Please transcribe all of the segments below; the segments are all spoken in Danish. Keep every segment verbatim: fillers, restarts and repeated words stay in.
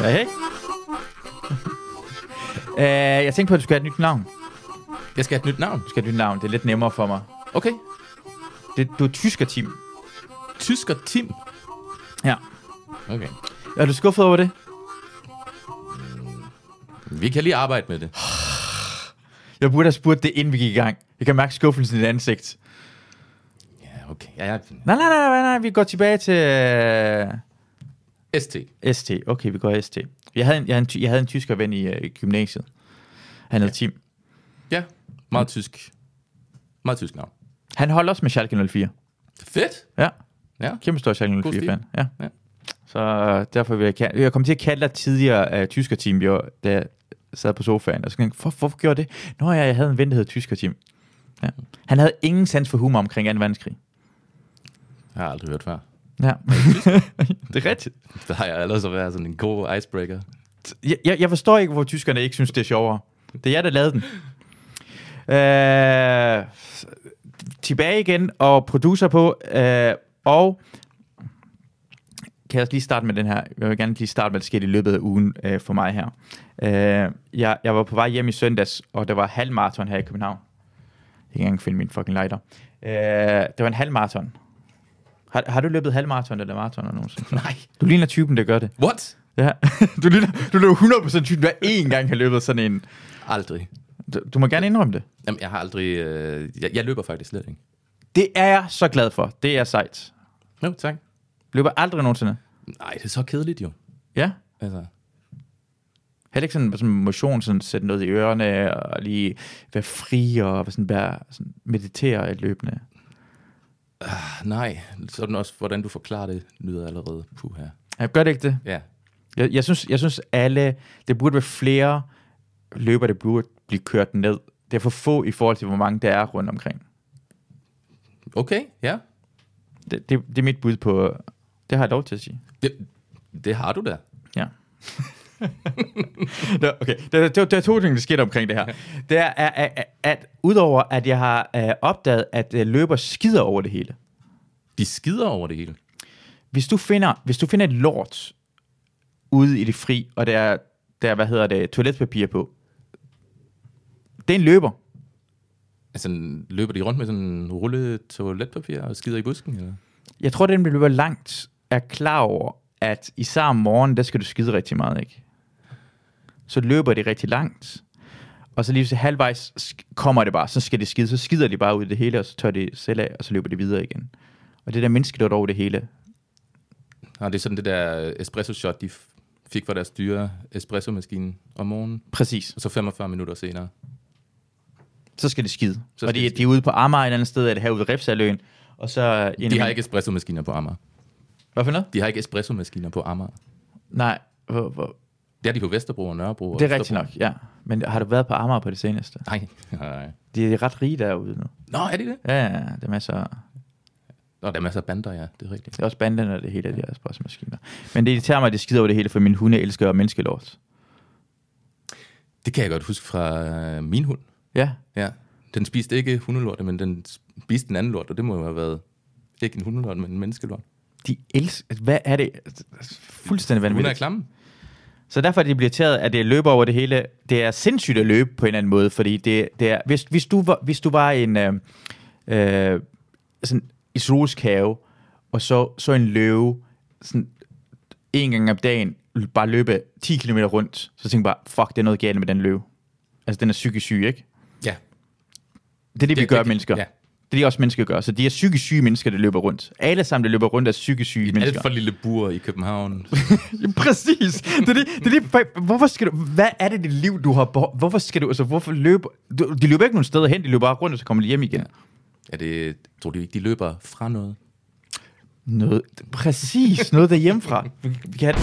Ja, hey. uh, jeg tænkte på, at du skal have et nyt navn. Jeg skal have et nyt navn? Du skal have et nyt navn. Det er lidt nemmere for mig. Okay. Det, du er tysker Tim. Tysker Tim? Ja. Okay. Er du skuffet over det? Vi kan lige arbejde med det. Jeg burde have spurgt det, inden vi gik i gang. Jeg kan mærke skuffelsen i dit ansigt. Ja, okay. Ja, ja. Nej, nej, nej, nej, nej. Vi går tilbage til... Uh... S T. S T. Okay, vi går S T. Jeg havde en, jeg havde en, jeg havde en tysker ven i uh, gymnasiet. Han hed ja. Tim. Ja, meget mm. tysk. Meget tysk navn. Han holdt også med Schalke nul fire. Fedt. Ja. Ja. Kæmpe stor Schalke nul fire-fan. Ja. ja. Så uh, derfor vil jeg... Jeg kom til at kalde dig tidligere uh, tysker Tim, jo, da jeg sad på sofaen. Og så tænkte jeg, hvorfor, hvorfor gjorde det? Nå ja, jeg havde en ven, der hed tysker Tim. Ja. Han havde ingen sans for humor omkring anden verdenskrig. Jeg har aldrig hørt før. Ja, det er rigtigt. Det har jeg ellers at være sådan en god icebreaker. Jeg, jeg, jeg forstår ikke, hvor tyskerne ikke synes, det er sjovere. Det er jeg, der lavede den. Øh, tilbage igen, og producer på, øh, og kan jeg lige starte med den her. Jeg vil gerne lige starte med, at det skete i løbet af ugen øh, for mig her. Øh, jeg, jeg var på vej hjem i søndags, og der var halvmarathon her i København. Jeg kan ikke engang finde min fucking lighter. Øh, det var en halvmarathon. Har, har du løbet halvmarathon eller marathon eller nogensinde? Nej. Du ligner typen, der gør det. What? Ja. Du ligner, du løber hundrede procent typen, der én gang har løbet sådan en... Aldrig. Du, du må gerne indrømme det. Jamen, jeg har aldrig... Øh, jeg, jeg løber faktisk slet ikke. Det er jeg så glad for. Det er sejt. Jo, tak. Løber aldrig nogensinde? Nej, det er så kedeligt jo. Ja? Altså... Heller ikke sådan, sådan motion, sådan sætte noget i ørerne, og lige være fri, og sådan, være, sådan meditere et løbende. Uh, nej, sådan også, hvordan du forklarer det, lyder allerede puh her. Jeg gør det ikke det? Ja. Jeg, jeg, synes, jeg synes alle, det burde være flere løber, der burde blive kørt ned. Det er for få i forhold til, hvor mange der er rundt omkring. Okay, ja. Det, det, det er mit bud på, det har jeg lov til at sige. Det, det har du da. Ja. Okay, der, der, der er to ting, der sker omkring det her. Det er, at, at, at udover at jeg har uh, opdaget, at uh, løber skider over det hele. De skider over det hele? Hvis du finder, hvis du finder et lort ude i det fri, og der er, der er, hvad hedder det, toiletpapir på, det er en løber. Altså, løber de rundt med sådan en rulle toiletpapir og skider i busken, eller? Jeg tror, den løber langt er klar over, at især om morgenen, der skal du skide rigtig meget, ikke? Så løber de rigtig langt, og så lige så halvvejs kommer det bare, så skal de skide, så skider de bare ud i det hele, og så tør de selv af, og så løber de videre igen. Og det der menneskelort over det hele. Ja, det er sådan det der espresso-shot, de fik fra deres dyre espresso-maskine om morgenen. Præcis. Og så femogfyrre minutter senere. Så skal de skide. Så og de, de er ude på Amager et eller andet sted, eller herude ved Refsaløen. Og så de har ikke espresso-maskiner på Amager. Hvad for noget? De har ikke espresso-maskiner på Amager. Nej, hvor, hvor? Det er de på Vesterbro og Nørrebro. Og det er rigtigt nok, ja. Men har du været på Amager på det seneste? Nej. Nej. De er ret rige derude nu. Nå, er de det? Ja, ja, det er masser. Nå, der er masser af bander, ja. Det er rigtigt. Det er også banderne og det hele af de her espresso-maskiner. Men det irriterer mig, at de skider over det hele, for min hunde elsker menneskelort. Det kan jeg godt huske fra min hund. Ja. Ja. Den spiste ikke hundelorte, men den spiste en anden lort, og det må jo have været ikke en hundelort, men en menneskelort. De elsker... Hvad er det? Fuldstændig vanvittigt. Hun er klamme. Så derfor er de bliver irriteret, at det løber over det hele. Det er sindssygt at løbe på en eller anden måde, fordi det, det er... Hvis, hvis, du var, hvis du var en... Øh, øh, sådan i zoologisk have, og så, så en løve sådan en gang om dagen bare løbe ti kilometer rundt, så tænkte jeg bare, fuck, det er noget galt med den løve. Altså, den er psykisk syg, ikke? Ja. Det er det, vi det, gør det, mennesker. Ja. Det er de også mennesker gør. Så de er psykisk syge mennesker, der løber rundt. Alle sammen, der løber rundt, er psykisk syge mennesker. Alt for lille bur i København. Ja, præcis. Det er det, det er det, hvorfor skal du... Hvad er det, dit liv, du har... Hvorfor skal du... Altså, hvorfor løber... Du, de løber ikke nogen steder hen, de løber bare rundt, og så kommer de hjem igen. Ja. Er det... Tror du ikke, de løber fra noget? Noget... Præcis. Noget derhjemmefra. Vi kan...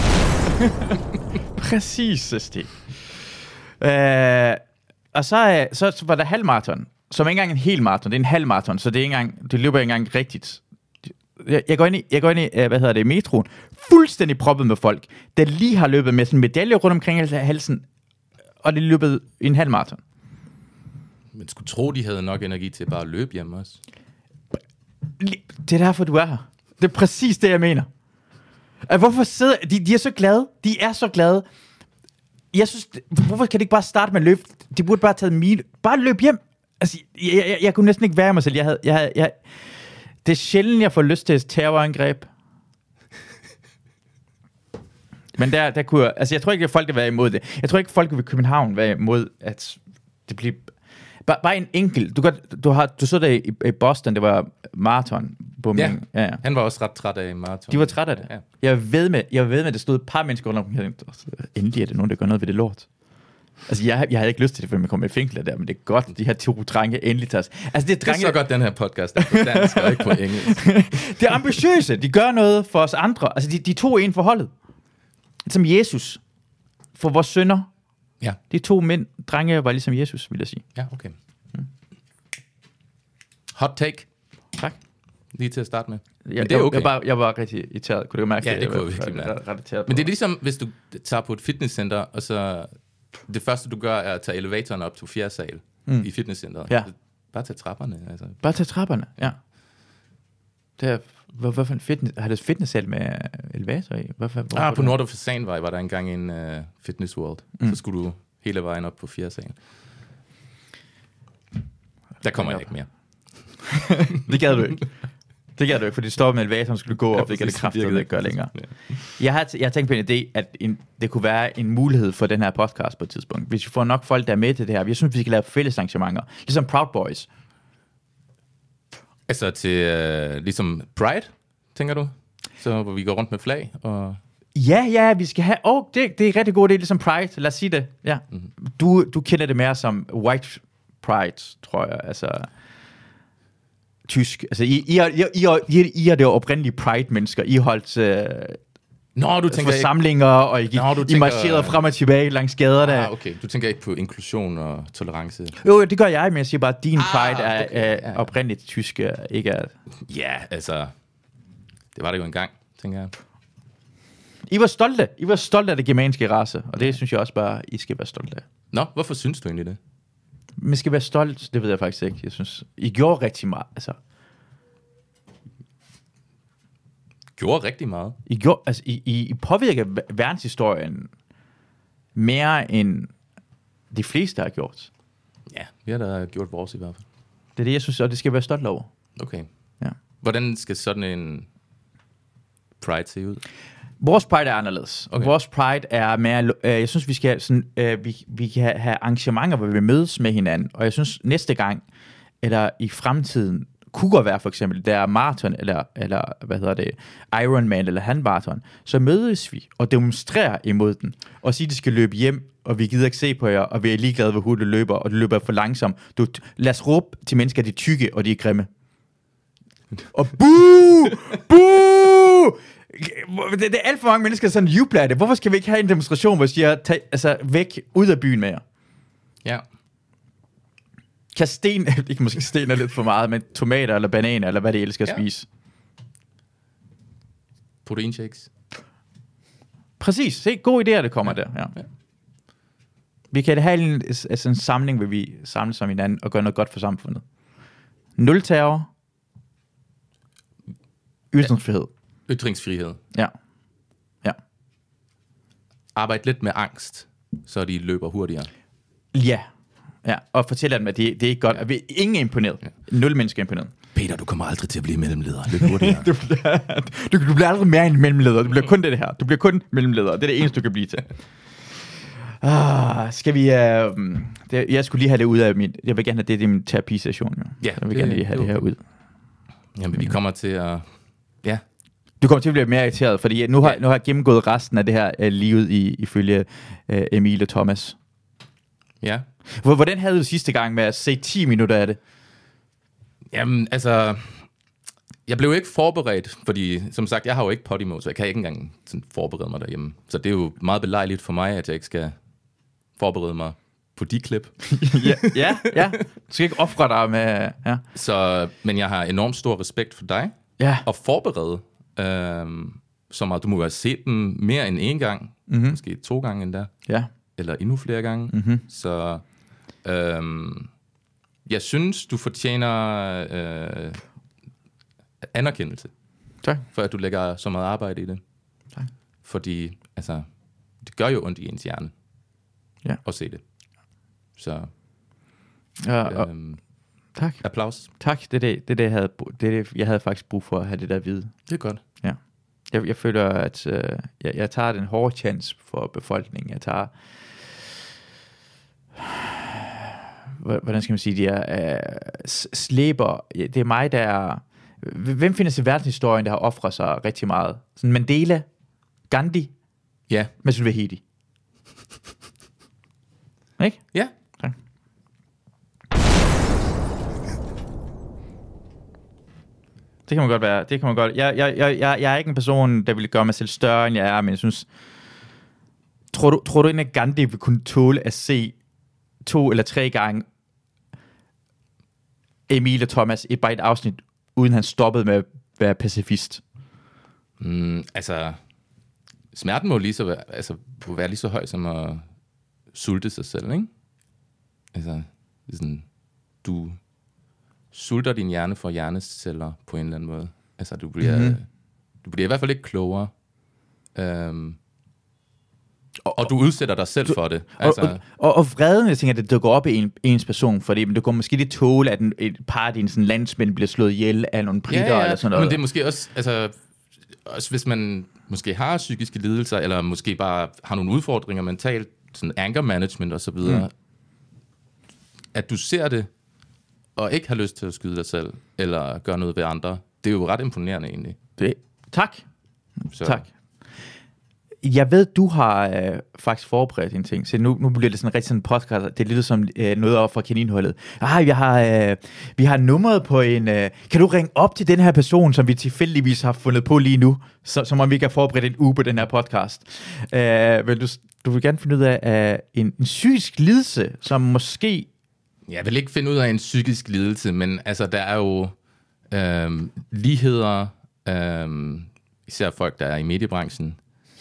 Præcis, Stig. Øh, og så, så, så var der halvmarathon. Som ikke engang en hel maraton, det er en halv maraton, så det er ikke engang, det løber ikke engang rigtigt. Jeg, jeg går ind i, jeg går ind i, hvad hedder det, metroen, fuldstændig proppet med folk, der lige har løbet med sådan en medalje rundt omkring halsen, og det løbet i en halv maraton. Men skulle tro, de havde nok energi til bare at løbe hjem også. Det er derfor, du er her. Det er præcis det, jeg mener. Hvorfor sidder de? De er så glade. De er så glade. Jeg synes, hvorfor kan de ikke bare starte med at løbe? De burde bare tage mil. Bare løb hjem. Altså, jeg, jeg, jeg kunne næsten ikke være mig selv. Jeg havde, jeg, havde, jeg, det er sjældent, jeg får lyst til et terrorangreb. Men der, der kunne jeg, altså jeg tror ikke, at folk vil være imod det. Jeg tror ikke, folk ved København være imod, at det bliver... Bare, bare en enkelt. Du, kan, du, har, du så det i, i Boston, det var maraton. Ja. Ja, ja, han var også ret træt af maraton. De var træt af det. Ja. Jeg ved med, jeg ved med, at der stod et par mennesker rundt omkring. Endelig er det nogen, der gør noget ved det lort. Altså, jeg, jeg havde ikke lyst til det, for jeg kommer i fængsel der, men det er godt, de her to drenge endelig tager. Altså, det, er drenge, det er så godt, den her podcast er på dansk og ikke på engelsk. Det er ambitiøse. De gør noget for os andre. Altså, de, de to er en for holdet. Som Jesus. For vores sønner. Ja. De to mænd, drenge, var ligesom Jesus, vil jeg sige. Ja, okay. Mm. Hot take. Tak. Lige til at starte med. Ja, men det er okay. Jeg, jeg, var, jeg var rigtig irriteret. Kunne du mærke ja, det? Ja, det kunne jeg virkelig mærke. Men det er ligesom, hvis du tager på et fitnesscenter, og så det første, du gør, er at tage elevatoren op til fjerde sal mm. i fitnesscenteret. Ja. Bare tage trapperne. Altså. Bare tage trapperne, ja. Det er, hvor, hvorfor en fitness, har det fitnesssal med elevator i? Hvorfor, hvor, ah, på Nordre Fasanvej var der engang en uh, Fitness World. Mm. Så skulle du hele vejen op på fjerde sal. Der kommer jeg ikke mere. Det gad du ikke. Det gad du ikke, for det står med elevatoren, skulle du gå op, det kan det kraftigt ikke gøre længere. Jeg har, jeg har tænkt på en idé, at en, det kunne være en mulighed for den her podcast på et tidspunkt. Hvis vi får nok folk, der er med til det her. Jeg synes, vi skal lave fælles arrangementer. Ligesom Proud Boys. Altså til, øh, ligesom Pride, tænker du? Så hvor vi går rundt med flag og... Ja, ja, vi skal have... Åh, oh, det, det er en rigtig god idé, ligesom Pride. Lad os sige det. Ja. Mm-hmm. Du, du kender det mere som White Pride, tror jeg. Altså... Tysk. Altså, I, I, I, I, I, I er det oprindelige Pride-mennesker. I holdt... Øh, Nå, du tænker forsamlinger, og I, gik, Nå, tænker, I marcherede frem og tilbage langs gaderne. Ah, okay. Du tænker ikke på inklusion og tolerance? Jo, det gør jeg, men jeg siger bare, at din Pride ah, er, okay. er ja. oprindeligt tysk, ikke er... Ja, altså... Det var det jo engang, tænker jeg. I var stolte. I var stolte af det germanske race, og det ja. synes jeg også bare, I skal være stolte af. Nå, hvorfor synes du egentlig det? Man skal være stolt, det ved jeg faktisk ikke. Jeg synes, I gjorde rigtig meget, altså... Gjorde rigtig meget. I, gjorde, altså, I, I, I påvirker verdenshistorien mere end de fleste har gjort. Ja, vi har da gjort vores i hvert fald. Det er det, jeg synes, og det skal være stolt over. Okay. Ja. Hvordan skal sådan en Pride se ud? Vores Pride er anderledes. Okay. Vores Pride er mere... Øh, jeg synes, vi skal sådan, øh, vi, vi kan have arrangementer, hvor vi mødes med hinanden. Og jeg synes, næste gang, eller i fremtiden, kunne godt være for eksempel, der er maraton, eller, eller hvad hedder det, Ironman, eller handmaraton, så mødes vi og demonstrerer imod den, og siger, at de skal løbe hjem, og vi gider ikke se på jer, og vi er ligeglade, hvor hurtigt du løber, og du løber for langsomt. Du, lad os råbe til mennesker, de er tykke, og de er grimme. Og buh! Buh! Det, det er alt for mange mennesker, der sådan jubler af det. Hvorfor skal vi ikke have en demonstration, hvor vi siger, tag, altså væk, ud af byen med jer? Ja. Kan sten, ikke måske sten er lidt for meget, men tomater eller bananer, eller hvad de elsker at ja. spise. Proteinshakes. Præcis. Se, gode idéer, det kommer ja. der. Ja. Ja. Vi kan have en, altså en samling, hvor vi samles om hinanden og gør noget godt for samfundet. Nul terror. Ytringsfrihed. Ytringsfrihed. Ja. Ja. Arbejde lidt med angst, så de løber hurtigere. Ja. Ja, og fortæller dem, at det, det er ikke godt. At vi ingen er imponeret. Ja. Nul mennesker er imponeret. Peter, du kommer aldrig til at blive mellemleder. Løb hurtigere. du, bliver, du, du bliver aldrig mere en mellemleder. Du bliver kun det her. Du bliver kun mellemleder. Det er det eneste, du kan blive til. Ah, skal vi... Uh, det, jeg skulle lige have det ud af min... Jeg vil gerne have det i min terapisession. Jo. Ja, jeg vil det, gerne lige have det, det her ud. Jamen, vi kommer til at... Ja. Du kommer til at blive mere irriteret, fordi nu har, ja. nu har jeg gennemgået resten af det her uh, livet i, ifølge uh, Emil og Thomas. Ja. Hvordan havde du sidste gang med at se ti minutter af det? Jamen, altså... Jeg blev ikke forberedt, fordi som sagt, jeg har jo ikke Podimo, så jeg kan ikke engang sådan forberede mig derhjemme. Så det er jo meget belejligt for mig, at jeg ikke skal forberede mig på de klip. ja, ja, ja. Du skal ikke ofre dig med... Ja. Så, men jeg har enormt stor respekt for dig. Ja. Og forberede, øhm, som at du må have set dem mere end en gang. Mm-hmm. Måske to gange endda. Ja. Eller endnu flere gange. Mm-hmm. Så øhm, jeg synes, du fortjener øh, anerkendelse. Tak. For at du lægger så meget arbejde i det. Tak. fordi altså, det gør jo ondt i ens hjerne ja. at se det. Så ja, og, øhm, tak. Applaus. Tak, det er det, det, er det, jeg havde, det, er det, jeg havde faktisk brug for at have det der at vide. Det er godt. Ja. Jeg, jeg føler, at øh, jeg, jeg tager den hårde chance for befolkningen. Jeg tager... Hvordan skal man sige, de er øh, slæber. Det er mig, der er... Hvem findes i verdenshistorien, der har offret sig rigtig meget? Sådan Mandela, Gandhi, ja. Masoud Vahedi. Ikke? Ja. Tak. Det kan man godt være. Det kan man godt. Jeg, jeg, jeg, jeg, jeg er ikke en person, der vil gøre mig selv større, end jeg er, men jeg synes... Tror du, tror du ikke, at Gandhi vil kunne tåle at se to eller tre gange Emil og Thomas i bare et afsnit, uden han stoppede med at være pacifist? Mm, altså, smerten må lige så være, altså, må være lige så høj som at sulte sig selv, ikke? Altså, det er sådan, du sulter din hjerne for hjerneceller på en eller anden måde. Altså, du bliver, mm-hmm. du bliver i hvert fald ikke klogere. Um, og, og du udsætter dig selv du, for det. Altså, og, og, og, og vreden, jeg tænker, det dukker op i en, ens person, fordi men du kan måske lige tåle, at en, et par af dine sådan, landsmænd bliver slået ihjel af nogle britter ja, ja, eller sådan noget. Men det er måske også, altså, også hvis man måske har psykiske lidelser, eller måske bare har nogle udfordringer mentalt, sådan anger management og så videre, mm. at du ser det, og ikke har lyst til at skyde dig selv, eller gøre noget ved andre, det er jo ret imponerende egentlig. Det, tak. Så. Tak. Jeg ved, du har øh, faktisk forberedt en ting, så nu, nu bliver det sådan en rigtig sådan podcast, det er lidt som øh, noget op fra kaninholdet. Ah, jeg har, øh, vi har nummeret på en, øh, kan du ringe op til den her person, som vi tilfældigvis har fundet på lige nu, så, som om vi kan forberede en uge på den her podcast. Øh, vil du, du vil gerne finde ud af uh, en, en psykisk lidelse, som måske... Jeg vil ikke finde ud af en psykisk lidelse, men altså, der er jo øh, ligheder, øh, især folk, der er i mediebranchen.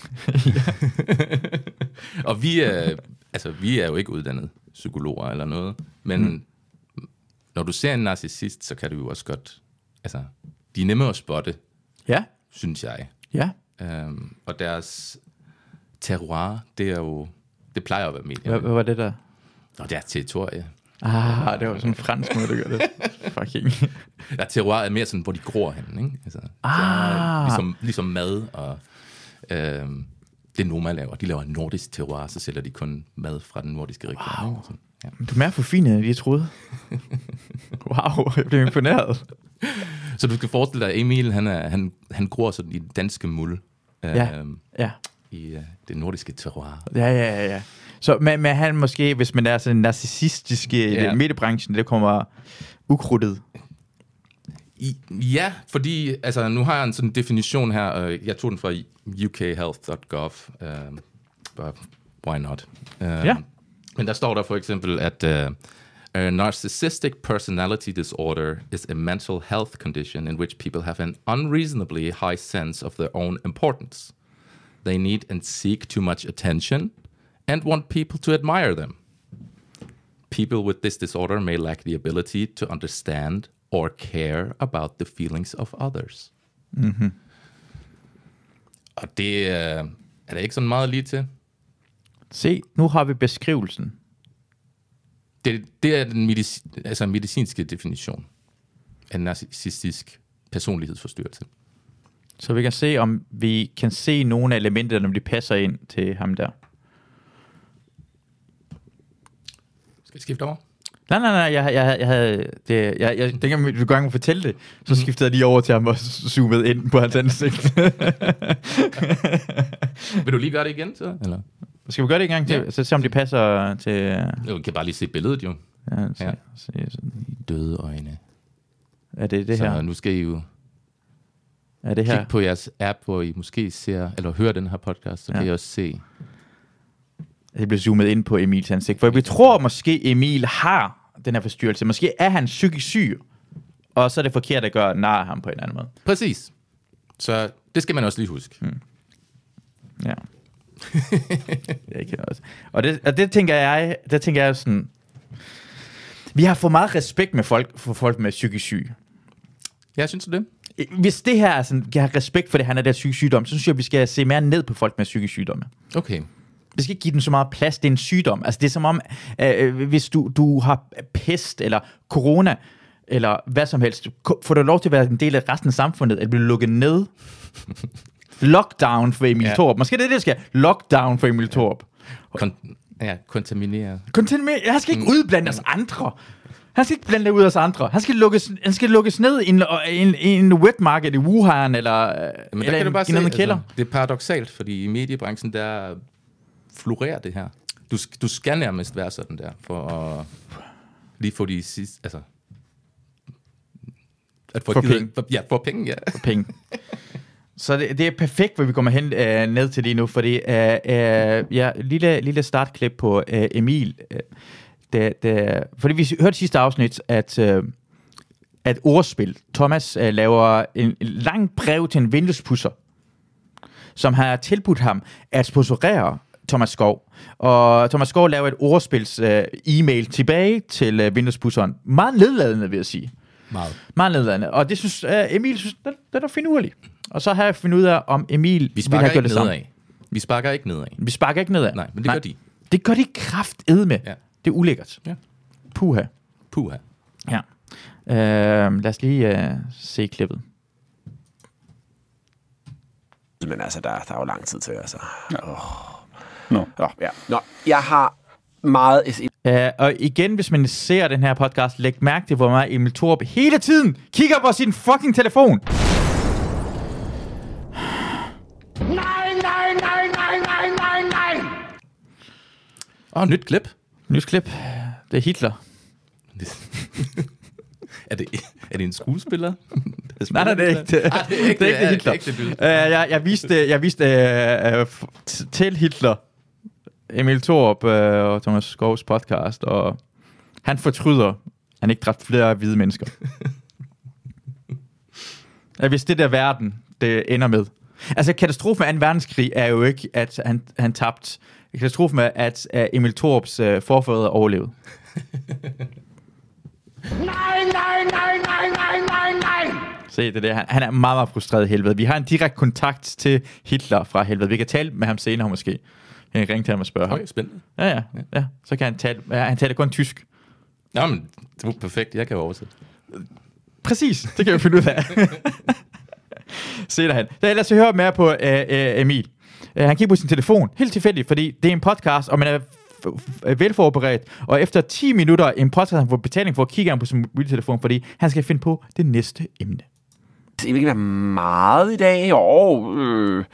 Og vi er, altså, vi er jo ikke uddannet psykologer eller noget, men mm. når du ser en narcissist, så kan du jo også godt, altså, de er nemme at spotte, ja. synes jeg. Ja. Øhm, og deres terroir, det er jo, det plejer at være medierne. Hvad var det der? Nå, det er territorie. Ah, det var sådan en fransk måde, du gør det. Fucking. Ja, terroir er mere sådan, hvor de gror henne, ikke? Altså, ah. ligesom, ligesom mad og øhm, det Noma laver. De laver nordisk terroir, så sælger de kun mad fra den nordiske region. Wow. Så, ja. Du er mere forfinet, end jeg troede. Wow, jeg blev imponeret. Så du skal forestille dig, Emil, han, er, han, han gror sådan i den danske muld. Ja, øhm, ja. I uh, det nordiske terroir. Ja, ja, ja, ja. Så men, men han måske, hvis man er sådan narcissistisk i ja. mediebranchen, det kommer ukrudtet. I, ja, fordi altså, nu har jeg en sådan definition her, og jeg tog den fra u k health dot gov, uh, but why not? Uh, ja. Men der står der for eksempel, at uh, a narcissistic personality disorder is a mental health condition in which people have an unreasonably high sense of their own importance. They need and seek too much attention and want people to admire them. People with this disorder may lack the ability to understand or care about the feelings of others. Mm-hmm. Og det øh, er der ikke sådan meget lige til. Se, nu har vi beskrivelsen. Det, det er den medici- altså medicinske definition af en narcissistisk personlighedsforstyrrelse. Så vi kan se, om vi kan se nogle af elementerne, om de passer ind til ham der. Skal vi skifte over? Nej, nej, nej, jeg, jeg, jeg havde det, jeg, jeg, dengang vi gang at fortælle det, så skiftede jeg lige over til ham og zoomede ind på hans ansigt. Vil du lige gøre det igen, så? Eller? Skal vi gøre det en gang til, ja. Så se om de passer til... Du kan bare lige se billedet, jo. Ja, se, ja. Se, sådan. Døde øjne. Er det det så her? Så nu skal I jo er det her? kigge på jeres app, hvor I måske ser, eller hører den her podcast, så ja. kan I også se... Det bliver zoomet ind på Emils ansigt, for vi tror måske Emil har den her forstyrrelse. Måske er han psykisk syg, og så er det forkert at gøre nar ham på en anden måde. Præcis. Så det skal man også lige huske. Hmm. Ja. Jeg kan også. Og det, og det tænker jeg, det tænker jeg sådan, vi har for meget respekt med folk, for folk med psykisk syg. Ja, synes du det? Hvis det her er sådan, jeg har respekt for det, han er der psykisk sygdom, så synes jeg, vi skal se mere ned på folk med psykisk sygdomme. Okay. Vi skal ikke give dem så meget plads, det er en sygdom. Altså det er som om, øh, hvis du, du har pest, eller corona, eller hvad som helst, får du lov til at være en del af resten af samfundet, at blive lukket ned. Lockdown for Emil ja. Thorup. Måske det er det, der skal. Lockdown for Emil Thorup. Kon- ja, kontaminere. Kontaminere. Han skal ikke udblande os andre. Han skal ikke blande det ud af os andre. Han skal lukkes, han skal lukkes ned i en, en, en wet market i Wuhan, eller, men eller kan en, du bare en anden se, kælder. Altså, det er paradoksalt, fordi i mediebranchen, der florerer det her. Du, du skal nærmest være sådan der, for at lige få de sidste... Altså, at få for givet, penge. For, ja, for penge, ja. For penge. Så det, det er perfekt, hvor vi kommer hen øh, ned til lige nu, fordi øh, øh, ja, lille, lille startklip på øh, Emil. Øh, det, det, fordi vi hørte sidste afsnit, at, øh, at ordspil, Thomas øh, laver en, en lang brev til en vinduespudser, som har tilbudt ham at sponsorere Thomas Skov. Og Thomas Skov laver et ordspils øh, e-mail tilbage til øh, vinduespudseren. Meget nedladende, vil jeg sige. Meget. Meget nedladende. Og det synes øh, Emil synes, det, det er finurligt. Og så har jeg fundet ud af, om Emil vi sparker vil have gjort ikke det nedad. Vi sparker ikke nedad. Vi sparker ikke nedad. Nej, men det Nej. gør de. Det gør de kraftedme. Ja. Det er ulækkert. Ja. Puha. Puha. Ja. Øh, lad os lige øh, se klippet. Men altså, der, der er jo lang tid til, altså. Ja. Oh. Nå. Nå, ja. Nå, jeg har meget... Uh, og igen, hvis man ser den her podcast, læg mærke til, hvor meget Emil Thorup hele tiden kigger på sin fucking telefon. Nej, nej, nej, nej, nej, nej, nej. Åh, oh, nyt klip. Nyt klip. Det er Hitler. er, det, er det en skuespiller? Nej, nej, det er ikke det. Ah, det er ikke det, er ikke det, Hitler. Uh, jeg, jeg viste, jeg viste uh, uh, t- til Hitler, Emil Thorup uh, og Thomas Skovs podcast, og han fortryder, han ikke dræbt flere hvide mennesker. Ja, hvis det der verden, det ender med. Altså, katastrofen med anden verdenskrig er jo ikke, at han, han tabte. Katastrofen er, at uh, Emil Thorups uh, forfædre overlevede. Nej, nej, nej, nej, nej, nej, nej. Se, det der. Han, han er meget, meget frustreret i helvede. Vi har en direkte kontakt til Hitler fra helvede. Vi kan tale med ham senere måske. Jeg kan ringe til ham og spørge ham. Okay, spændende. Ja, ja, ja. Så kan han tale. Ja, han taler kun tysk. Nå, men det er perfekt. Jeg kan jo oversætte. Præcis. Det kan vi finde ud af. Se der han. Så lad os høre mere på uh, uh, Emil. Uh, han kigger på sin telefon. Helt tilfældigt, fordi det er en podcast, og man er velforberedt, og efter ti minutter en podcast, han får betaling for at kigge på sin mobiltelefon, fordi han skal finde på det næste emne. Det vil ikke være meget i dag. Jo, øh.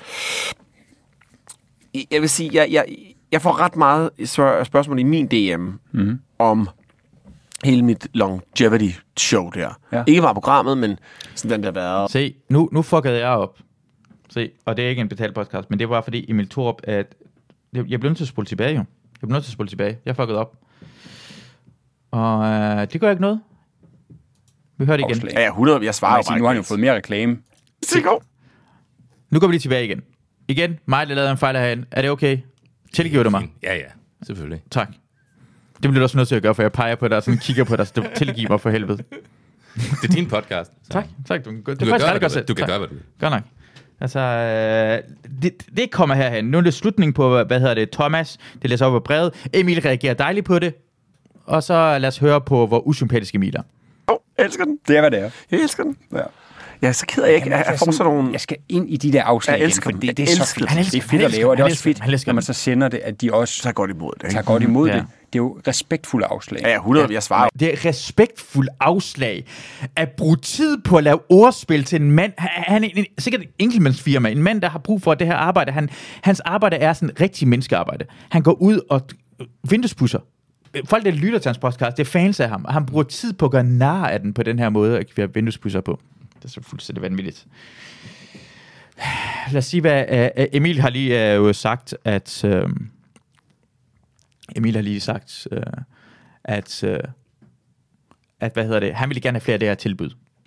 Jeg vil sige, jeg, jeg, jeg får ret meget spørgsmål i min D M mm. om hele mit longevity-show der. Ja. Ikke bare programmet, men sådan den der været. Se, nu, nu fuckede jeg op. Se, og det er ikke en betalt podcast, men det var fordi Emil Thorup, at jeg blev nødt til at spole tilbage, jo. Jeg bliver nødt til at spole tilbage. Jeg har fucket op. Og øh, det gør ikke noget. Vi hører det igen. Afslag. Ja, hundrede. Jeg svarer jo bare. Nu har han jo fået mere reklame. Det går. Nu går vi lige tilbage igen. Igen, mig, der lavede en fejl herhen. Er det okay? Tilgiver du mig? Ja, ja. Selvfølgelig. Tak. Det bliver du også nødt til at gøre, for jeg peger på dig og sådan kigger på dig, så du tilgiver mig for helvede. Det er din podcast. Så. Tak. Tak. Du, det du, er kan gøre, godt du, du kan gøre, hvad du vil. Godt nok. Altså, øh, det, det kommer herhen. Nu er det slutningen på, hvad hedder det, Thomas. Det læser op på brevet. Emil reagerer dejligt på det. Og så lad os høre på, hvor usympatisk Emil er. Åh, oh, jeg elsker den. Det er, hvad det er. Jeg elsker den. Ja. Jeg er så ked af, jeg, jeg, jeg får sådan nogle... Jeg skal ind i de der afslag jeg elsker igen, for det, det er elsker så fedt. Han elsker, det er fedt at lave, og det er også fedt, når man så sender det, at de også tager godt imod det. Tager godt imod ja. det. Det er jo respektfulde afslag. Ja, hundrede, ja. Jeg svarer. Det er respektfuld afslag at bruge tid på at lave ordspil til en mand. Han er en, sikkert et enkeltmandsfirma. En mand, der har brug for det her arbejde. Han, hans arbejde er sådan rigtig menneskearbejde. Han går ud og vinduespudser. Folk, der lytter til hans podcast, det er fans af ham. Og han bruger tid på at gøre nar af den på den her måde, at vi har vinduespudser på. Det er så fuldstændig vanvittigt. Lad os sige, hvad uh, Emil har lige uh, sagt, at... Uh, Emil har lige sagt, uh, at... Uh, at, hvad hedder det, han ville gerne have flere af det her tilbud.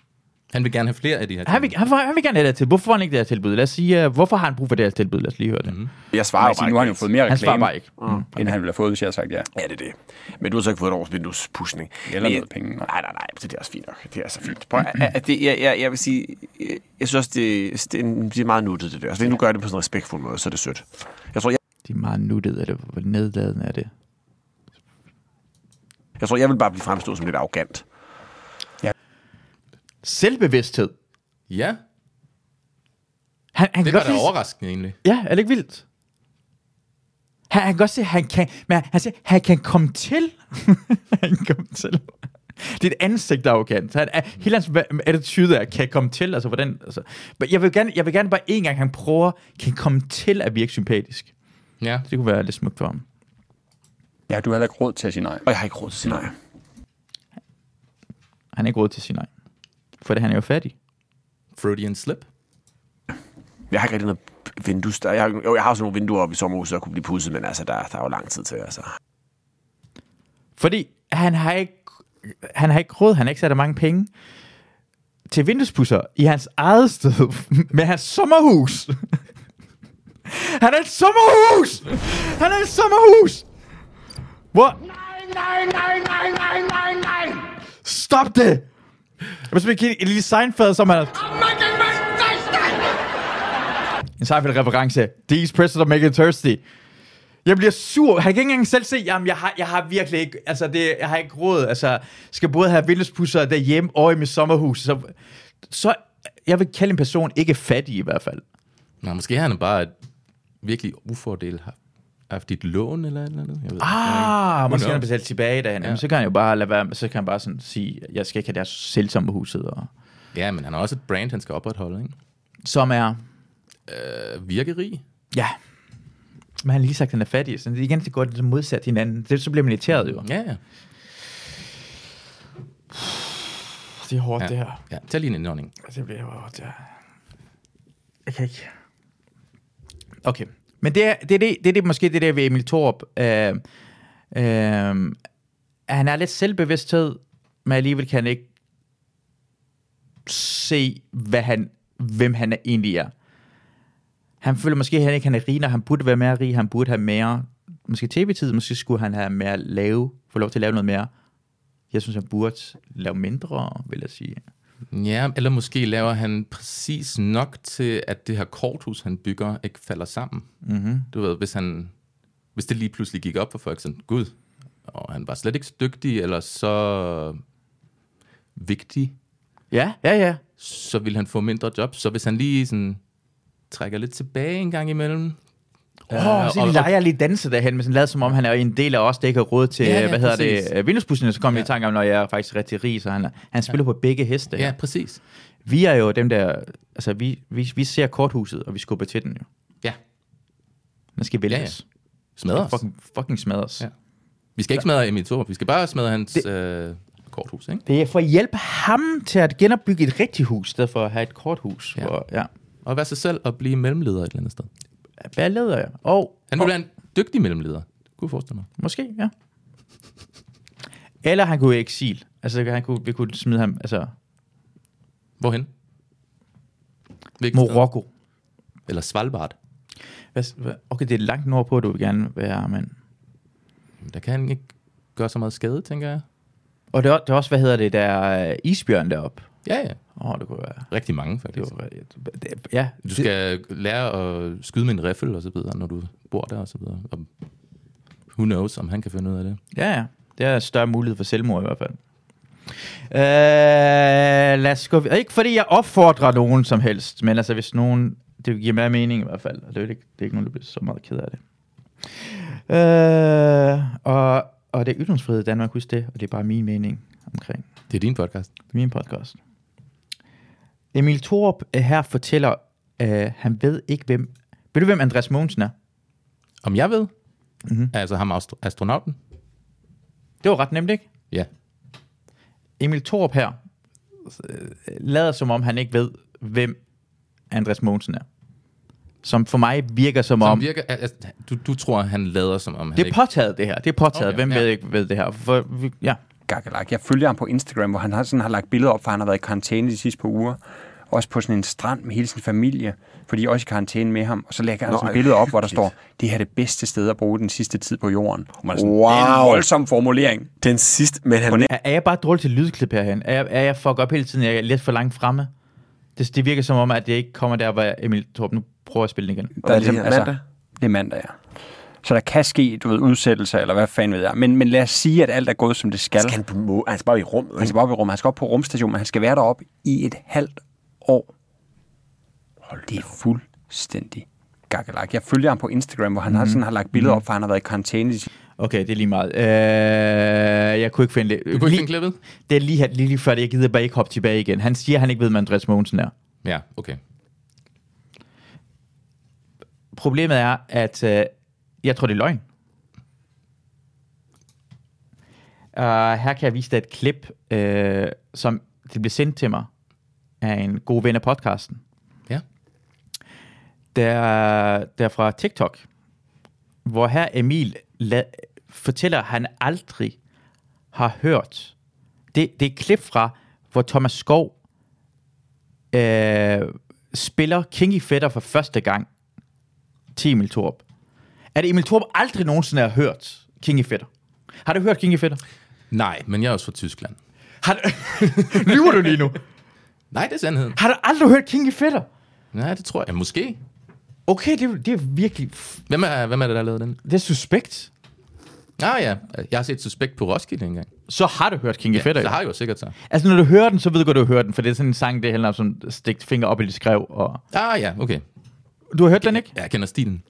Han vil gerne have flere af de her han vil, han, vil, han vil gerne have det her tilbud. Hvorfor får han ikke det her tilbud? Lad os sige, uh, hvorfor har han brug for det her tilbud? Lad os lige høre det. Mm-hmm. Jeg svarer jo bare nu har han jo fået mere Han svarer reklame, bare ikke. mm. end han ville have fået, hvis jeg havde sagt ja. Ja, det er det. Men du har så ikke fået et års vinduespudsning. Eller noget penge. Nej, nej, nej. Det er også fint nok. Det er så fint. Prøv, at, det, jeg, jeg, jeg vil sige, jeg, jeg synes også, det, det, er, det er meget nuttet, det der. Så nu gør jeg det på sådan en respektfuld måde, så er det sødt. Jeg tror, jeg, det er meget nuttet, eller hvor nedladende er det? Jeg tror, jeg vil bare blive fremstået som lidt arrogant. Ja. Selvbevidsthed. Ja. Han, han det kan var da overraskende, egentlig. Ja, er det ikke vildt? Han, han kan godt se, at han kan, men han siger, han kan komme til. han kan komme til. Det er et ansigt, der er arrogant. Han er, hele hans attitude er, kan komme til. Altså, hvordan, altså. Jeg, vil gerne, jeg vil gerne bare en gang, han prøver, kan komme til at virke sympatisk. Ja. Det kunne være lidt smukt for ham. Ja, du har heller ikke råd til at sige nej. Og jeg har ikke råd til at sige nej. Han har ikke råd til at sige nej. For det, han er jo fattig. Freudian slip. Jeg har ikke rigtig noget vindues. Der. Jeg, har, jo, jeg har også nogle vinduer oppe i sommerhuset, der kunne blive pudset, men altså, der, der er jo lang tid til. Altså. Fordi han har ikke, han har ikke råd, han har ikke sat mange penge til vinduespudser i hans eget sted med hans sommerhus. Han er et sommerhus! Han er et sommerhus! Hvor? Nej, nej, nej, nej, nej, nej, nej! Stop det! Jeg må simpelthen en lille Seinfeld, som er... En Seinfeld-reference. These presses are making thirsty. Jeg bliver sur. Han kan ikke engang selv se, jamen jeg har, jeg har virkelig ikke, altså det, jeg har ikke råd. Altså, skal både have vinduespudser derhjemme og i mit sommerhus. Så, så jeg vil kalde en person ikke fattig i hvert fald. Nå, måske har han bare et virkelig ufordel haft dit lån eller eller andet. Jeg ved, Ah, jeg måske kan han betale tilbage derhen. Ja. Så kan han jo bare lade være, så kan han bare sådan sige, jeg skal ikke have deres selvsommerhuset. Og... Ja, men han har også et brand, han skal opretholde, ikke? Som er... Øh, virkerig. Ja. Men han har lige sagt, at han er fattig. Så det igen, det går det modsat hinanden. Det, så bliver man irriteret jo. Ja, ja. Det er hårdt, ja. det her. Ja, tag lige en indånding. Det bliver hårdt, det her. Jeg kan ikke... Okay. Men det er det, er det, det, er det måske det der ved Emil Thorup. Øh, øh, han er lidt selvbevidsthed, men alligevel kan han ikke se, hvad han, hvem han egentlig er. Han føler måske, at han ikke han er rig, når han burde være mere rig. Han burde have mere, måske tv-tid, måske skulle han have mere lave, få lov til at lave noget mere. Jeg synes, han burde lave mindre, vil jeg sige. Ja, eller måske laver han præcis nok til, at det her korthus, han bygger, ikke falder sammen. Mm-hmm. Du ved, hvis, han, hvis det lige pludselig gik op for folk, sådan, gud, og han var slet ikke så dygtig, eller så vigtig, ja, ja, ja. så vil han få mindre job. Så hvis han lige sådan trækker lidt tilbage en gang imellem. Åh, oh, så de leger lige danse derhen, men sådan lader som om, han er en del af os, der ikke har råd til, ja, ja, hvad hedder præcis. det, vinduespudserne, så kommer ja. vi i tanke om, når jeg er faktisk rigtig rig, så han, han spiller ja. på begge heste. Ja, præcis. Vi er jo dem der, altså vi, vi, vi ser korthuset, og vi skubber til den jo. Ja. Den skal vælges. Ja, ja. Smadres. Fucking, fucking smadres. Ja. Vi skal ikke smadre Emil Thorup, vi skal bare smadre hans det, øh, korthus, ikke? Det er for at hjælpe ham til at genopbygge et rigtigt hus, i stedet for at have et korthus. Ja. Hvor, ja. Og være sig selv og blive mellemleder et eller andet sted. Hvad leder jeg? Og, han vil være en dygtig mellemleder. Det kunne jeg forestille mig. Måske, ja. Eller han kunne i eksil. Altså, han kunne, vi kunne smide ham, altså... Hvorhen? Marokko. Eller Svalbard. Hvad, okay, det er langt nordpå, du vil gerne være, men... Der kan han ikke gøre så meget skade, tænker jeg. Og det er, det er også, hvad hedder det, der er isbjørn deroppe. Ja, ja. Åh, oh, det kunne være... Rigtig mange, faktisk. Det var, det, ja. Du skal det... lære at skyde med en riffel, og så videre, når du bor der, og så videre. Og who knows, om han kan finde ud af det. Ja, ja. Det er større mulighed for selvmord i hvert fald. Uh, lad os gå... Ikke fordi jeg opfordrer nogen som helst, men altså hvis nogen... Det giver mere mening i hvert fald, og det er ikke, det er ikke nogen, der bliver så meget ked af det. Uh, og, og det er ytringsfrihed i Danmark, husk det, og det er bare min mening omkring. Det er din podcast. Det er min podcast. Emil Thorup her fortæller, uh, han ved ikke, hvem... Ved du, hvem Andreas Mogensen er? Om jeg ved? Mm-hmm. Altså ham astro- astronauten? Det var ret nemt, ikke? Ja. Emil Thorup her uh, lader som om, han ikke ved, hvem Andreas Mogensen er. Som for mig virker som, som om... Virker, altså, du, du tror, han lader som om... Han det er ikke... påtaget, det her. Det er påtaget. Okay, Hvem ja. ved ikke ved det her? For, ja. gakkelak. Jeg følger ham på Instagram, hvor han har, sådan, har lagt billeder op, for han har været i karantæne de sidste par uger. Også på sådan en strand med hele sin familie, for de er også i karantæne med ham. Og så lægger han sådan et billede op, hvor der står, det her er det bedste sted at bruge den sidste tid på jorden. Man er sådan, wow. Det er en voldsom formulering. Den sidste, men han... Er, er jeg bare dårlig til lydklip herhen? Er jeg, er jeg fuck op hele tiden? Jeg er lidt for langt fremme? Det, det virker som om, at det ikke kommer der, hvor Emil Torp nu prøver at spille den igen. Der er ligesom, altså, mandag? Det er mandag, ja. Så der kan ske, du ved, udsættelser, eller hvad fanden ved jeg. Men, men lad os sige, at alt er gået, som det skal. Skal han, på må- han skal bare i rummet. Han skal bare op i rummet. Han skal op på rumstationen, men han skal være deroppe i et halvt år. Hold det er fuldstændig gakkelak. Jeg følger ham på Instagram, hvor han mm. har, sådan, har lagt billeder op, for han har været i karantæne. Okay, det er lige meget. Øh, jeg kunne ikke finde det. Du kunne ikke finde klippet? Det er lige, her, lige, lige før, det jeg gider bare ikke hoppe tilbage igen. Han siger, at han ikke ved, hvad Andreas Mogensen er. Ja, okay. Problemet er, at øh, jeg tror, det er løgn. Uh, her kan jeg vise dig et klip, øh, som det blev sendt til mig af en god ven af podcasten. Ja. Der, der fra TikTok, hvor her Emil la- fortæller, at han aldrig har hørt. Det, det er et klip fra, hvor Thomas Skov øh, spiller King i Fætter for første gang til Emil Torp. Er det Emil Torp aldrig nogensinde har hørt King i Fætter? Har du hørt King i Fætter? Nej, men jeg er også fra Tyskland. Har du... Lyver du lige nu? Nej, det er sandheden. Har du aldrig hørt King i Fætter? Nej, det tror jeg. Måske. Okay, det, det er virkelig... Hvem er, hvem er det, der har lavet den? Det er Suspekt. Ah ja, jeg har set Suspekt på Roskilde engang. Så har du hørt King i Ja, Fætter. det har jeg jo sikkert så. Altså, når du hører den, så ved du godt, du hører den, for det er sådan en sang, det handler om sådan stik finger op i det skrev. Og... Ah ja, okay. Du har hørt den, ikke? Ja, jeg kender stilen.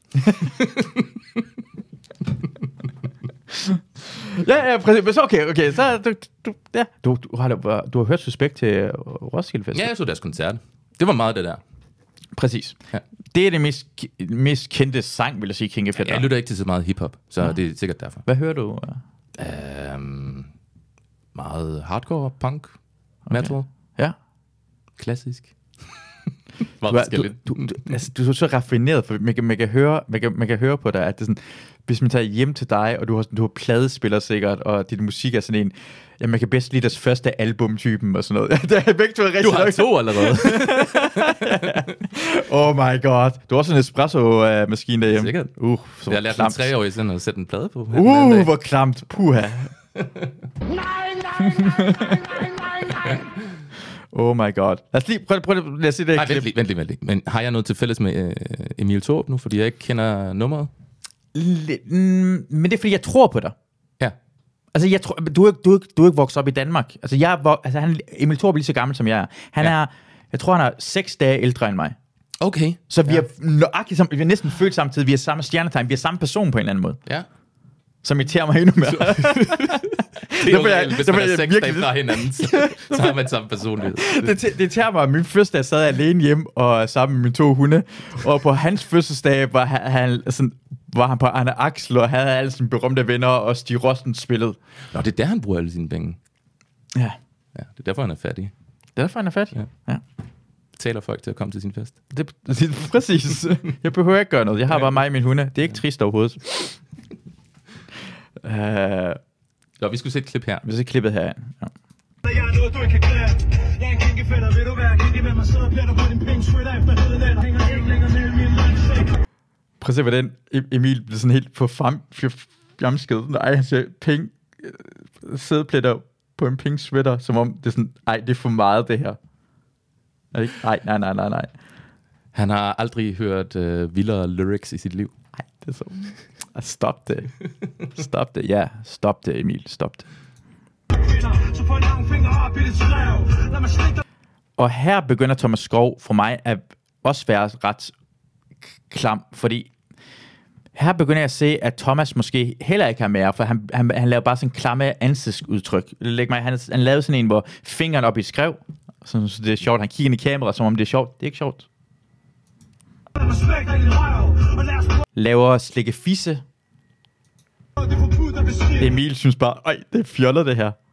Ja, ja, præcis. Så okay, okay. Så, du, du, ja. du, du, har, du har hørt Suspekt til Roskilde Fest. Ja, jeg så deres koncert. Det var meget det der. Præcis. Ja. Det er det mest, mest kendte sang, vil jeg sige, King of Fætter. Jeg lytter ikke til så meget hiphop, så ja. Det er sikkert derfor. Hvad hører du? Um, meget hardcore, punk, metal. Okay. Ja. Klassisk. Du er, du, du, du, altså, du er så raffineret, for man kan, man, kan høre, man, kan, man kan høre på dig, at det er sådan, hvis man tager hjem til dig, og du har, du har pladespiller sikkert, og dit musik er sådan en, ja, man kan bedst lide deres første albumtypen og sådan noget. Det er begge to rigtig. Du har to allerede. Oh my god. Du har også en espresso-maskine derhjemme. Sikkert. Uh, jeg har lært mig tre år siden at sætte en plade på. Uh, hvor klamt. Puha. Nej, nej, nej, nej, nej, nej. Oh my god. Lad os lige prøve, prøve lad os se det. Nej, vent lige, vent lige, vent lige. Men har jeg noget til fælles med øh, Emil Torp nu, fordi jeg ikke kender nummeret? L- mm, men det er, fordi jeg tror på dig. Ja. Altså, jeg tror, du, er, du, er, du er ikke vokset op i Danmark. Altså, jeg er, altså han, Emil Torp er lige så gammel, som jeg er. Han ja. er, jeg tror, han er seks dage ældre end mig. Okay. Så vi ja. er nøjagtigt sammen, vi er næsten født samtidig, vi er samme stjernetegn, vi er samme person på en eller anden måde. Ja. Som irriterer mig endnu mere. Det er jo reelt, hvis man er seks dage fra hinanden, så, så har man samme personlighed. Det, det irriterer mig, at min fødselsdag sad jeg alene hjem og sammen med mine to hunde, og på hans fødselsdag var han, han, sådan, var han på Arne Axel, og havde alle sine berømte venner, og Stig Rosten spillet. Nå, det er der, han bruger alle sine penge. Ja. Ja, det er derfor, han er fattig. Det er derfor, han er fattig. Ja. Ja. Betaler folk til at komme til sin fest. Det, det, præcis. Jeg behøver ikke gøre noget. Jeg har bare mig og min hunde. Det er ikke trist overhovedet. Uh, Så vi skulle se et klip her. Vi skal klippet her. Ja. Jeg er noget, du ikke kan klare. Jeg er en kinkefætter, vil du være kinke med mig? Sidder og pletter på din pink sweater efter hele natten. Hænger ikke længere ned i min landsæk. Prøv at se, hvordan Emil bliver sådan helt på fjamsket. Nej, han siger pink sædepletter på en pink sweater, som om det er sådan, ej, det er for meget det her. Er det ikke? Ej, nej, nej, nej, nej. Han har aldrig hørt uh, vildere lyrics i sit liv. Nej, det er så... Stop det. Stop det. Ja, stop det, Emil. Stop det. Og her begynder Thomas Skov for mig at også være ret klam, fordi her begynder jeg at se, at Thomas måske heller ikke har mere, for han, han, han laver bare sådan klamme ansigtsudtryk. Læg mig, han, han lavede sådan en, hvor fingeren op i skrev, så det er sjovt. Han kigger ind i kameraet, som om det er sjovt. Det er ikke sjovt. Laver slikke fisse. Emil synes bare, ej, det er fjollet det her.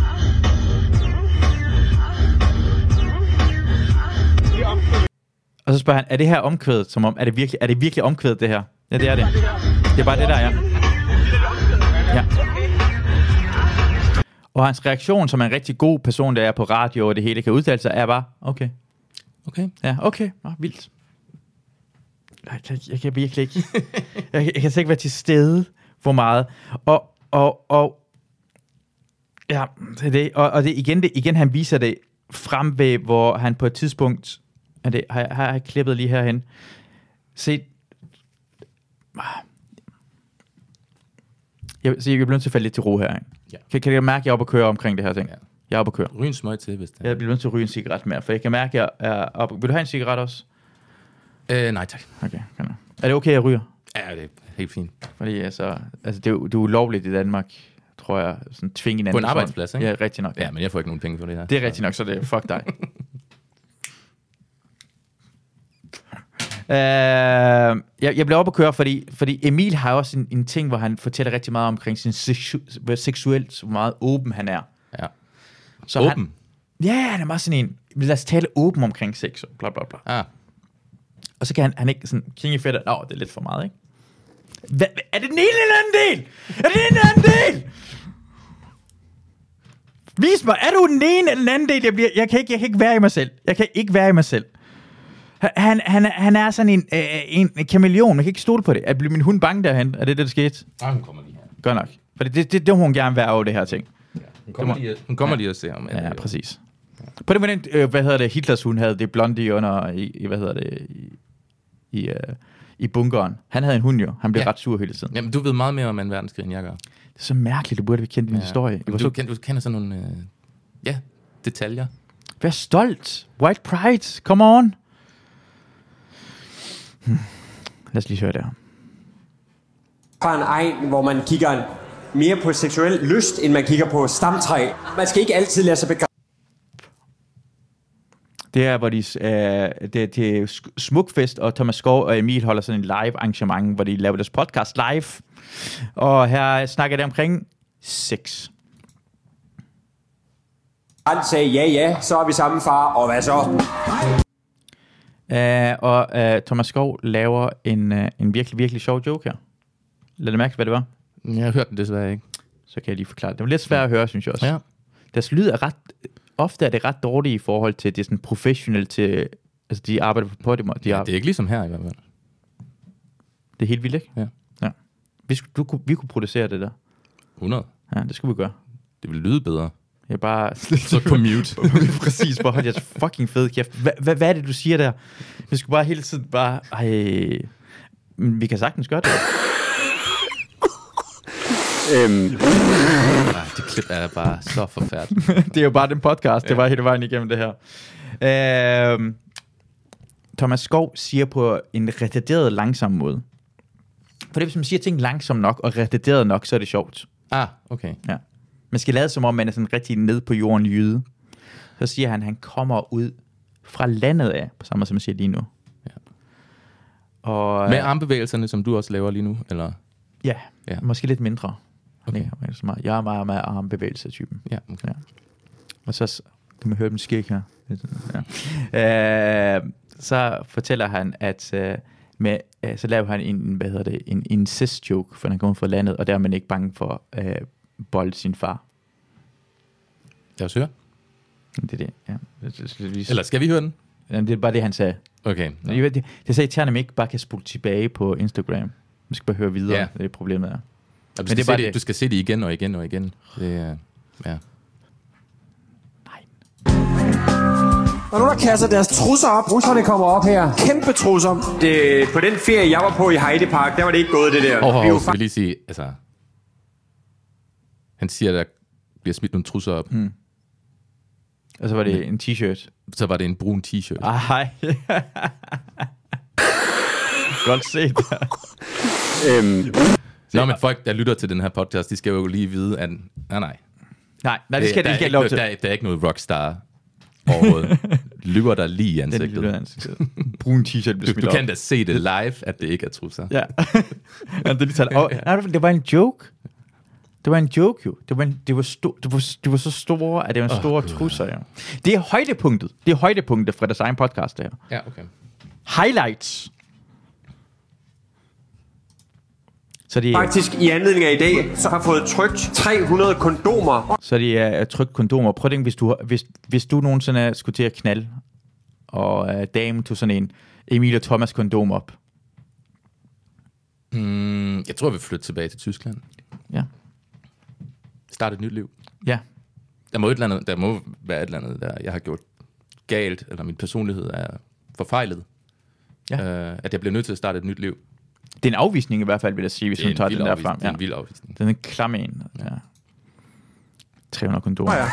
Og så spørger han, er det her omkvædet, som om, er det virkelig, er det virkelig omkvædet, det her? Ja, det er det. Det er bare det der, ja. Ja. Og hans reaktion, som er en rigtig god person, der er på radio, og det hele kan udtale sig, er bare, okay. Okay. Ja, okay. Oh, vildt. Jeg kan, jeg kan virkelig ikke. jeg, jeg kan slet ikke være til stede for meget. Og, og, og ja, det, det, og, og det igen, det, igen, han viser det frem ved, hvor han på et tidspunkt, er det, har, jeg, har jeg klippet lige herhen, se, jeg, så jeg bliver nødt til at falde lidt til ro her. Ja. Kan, kan jeg mærke, at jeg er oppe at køre omkring det her ting? Ja. Jeg er oppe at køre. Ryg en smøg til, hvis det er. Jeg bliver nødt til at ryge en cigaret mere, for jeg kan mærke, at jeg er oppe. Vil du have en cigaret også? Øh, nej tak. Okay, kan jeg. Er det okay, at jeg ryger? Ja, det er helt fint. Fordi altså, altså det, er, det er ulovligt i Danmark, tror jeg, sådan tvinge en anden. På en arbejdsplads, ikke? Ja, rigtig nok. Ja. Ja, men jeg får ikke nogen penge for det her. Det er rigtigt nok, så det er fuck dig. uh, jeg, jeg bliver op at køre, fordi, fordi Emil har også en, en ting, hvor han fortæller rigtig meget omkring sin seksu- seksuelt, hvor meget åben han er. Ja. Så åben? Han, ja, han er meget sådan en, lad os tale åben omkring sex, bla bla bla. Ah. Og så kan han, han ikke sådan, king i fætter, nå, det er lidt for meget, ikke? Hva, er det den ene eller anden del? Er det den ene eller anden del? Vis mig, er du den ene eller den anden del? Jeg, bliver, jeg, kan ikke, jeg kan ikke være i mig selv. Jeg kan ikke være i mig selv. Han, han, han er sådan en, øh, en, en kameleon. Man kan ikke stole på det. At blive min hund bange derhen? Er det det, der skete? Ah, hun kommer lige her. Godt nok. For det, det, det, det må hun gerne være over det her ting. Ja, hun kommer, lige, hun kommer ja. lige og ser om. Ja, ja, præcis. Ja. På det moment, øh, hvad hedder det, Hitlers hund havde det blondie under, i, i hvad hedder det, i, i, øh, i bunkeren. Han havde en hund jo. Han blev ja. ret sur hele tiden. Jamen, du ved meget mere om anden verdenskrig, end jeg gør. Det er så mærkeligt, du burde have kendt din ja. historie. Du, så... kender, du kender sådan nogle, øh, ja, detaljer. Vær stolt. White pride. Come on. Hmm. Lad os lige høre det her. Fra en egen, hvor man kigger mere på seksuel lyst, end man kigger på stamtræ. Man skal ikke altid lade sig begrænse. Det er, hvor de, øh, det, det er Smukfest, og Thomas Skov og Emil holder sådan en live arrangement, hvor de laver deres podcast live. Og her snakker de omkring sex. Han sagde, ja, ja, så er vi sammen, far, og hvad så? Uh, og uh, Thomas Skov laver en, uh, en virkelig, virkelig sjov joke her. Lad dig mærke, hvad det var. Jeg har hørt den desværre ikke. Så kan jeg lige forklare det. Det var lidt svært at høre, synes jeg også. Ja. Deres lyd er ret... Ofte er det ret dårligt i forhold til, det er sådan professionelt til... Altså, de arbejder på Podimo. De ja, det er ikke ligesom her i hvert fald. Det er helt vildt, ikke? Ja. Ja. Vi, skulle, du, kunne, vi kunne producere det der. hundrede Ja, det skulle vi gøre. Det vil lyde bedre. Jeg er bare... Så på mute. Præcis, bare hold jeres fucking fede kæft. Hva, hva, hvad er det, du siger der? Vi skulle bare hele tiden bare... Ej... Vi kan sagtens gøre det. øhm. Ej, det klip er bare så forfærdeligt. Det er jo bare den podcast, ja. Det var hele vejen igennem det her. Øhm, Thomas Skov siger på en retarderet langsom måde. For det, hvis man siger ting langsomt nok og retarderet nok, så er det sjovt. Ah, okay. Ja. Man skal lade som om, man er sådan rigtig ned på jorden jyde. Så siger han, at han kommer ud fra landet af, på samme måde som man siger lige nu. Ja. Og, med armbevægelserne, som du også laver lige nu, eller? Ja, ja. Måske lidt mindre. Okay. Jeg er meget med armbevægelsestypen. Ja, okay. Ja. Og så kan man høre dem skæg her. Ja. Øh, så fortæller han, at øh, med, øh, så laver han en, hvad hedder det, en incest joke, for han kommer fra landet, og der er man ikke bange for øh, bold sin far. Lad os høre. Det er det, ja. Eller skal vi høre den? Ja, det er bare det, han sagde. Okay. Ja. Det, det, det sagde til, at man ikke bare kan spole tilbage på Instagram. Man skal bare høre videre, ja. Det er problemet er. Ja, du, skal det er det, det. du skal se det igen og igen og igen. Det er, ja. Nej. Og nu der kasser deres trusser op. Trusserne kommer op her. Kæmpe trusser. Det, på den ferie, jeg var på i Heide Park, der var det ikke gået, det der. Oh, oh, oh, skal vi lige sige, altså... Han siger, at der bliver smidt nogle trusser op. Hmm. Og så var det en t-shirt. Så var det en brun t-shirt. Ah, hej. Godt set. øhm... Nå, men folk, der lytter til den her podcast, de skal jo lige vide, at... Nej, nej. Nej, nej det skal de ikke have lov til. Der, der er ikke noget rockstar overhovedet. Lyver der lige i ansigtet. ansigtet. Brun t-shirt bliver smidt op. Du kan da se det live, at det ikke er trusser. Ja. ja det, er oh, nej, det var en joke. Det var en joke jo. Det var, en, det var, sto, det var, det var så store, at det var en stor oh, trusser. Ja. Det er højdepunktet. Det er højdepunktet fra deres egen podcast, det her. Ja, okay. highlights. Så de, Faktisk i anledning af i dag, så har fået trykt tre hundrede kondomer. Så de er trykt kondomer. Prøv at tænke, hvis du, hvis, hvis du nogensinde skulle til at knalde, og uh, damen tog sådan en Emil og Thomas kondom op. Mm, jeg tror, vi flytter tilbage til Tyskland. Ja. Starte et nyt liv. Ja. Der må, et eller andet, der må være et eller andet, der jeg har gjort galt, eller min personlighed er forfejlet. Ja. Uh, at jeg bliver nødt til at starte et nyt liv. Det er en afvisning i hvert fald, vil jeg sige, hvis man tager den der frem. Det er en vild afvisning. Den er en klam en. Ja. tre hundrede kondomer. Oh, ja.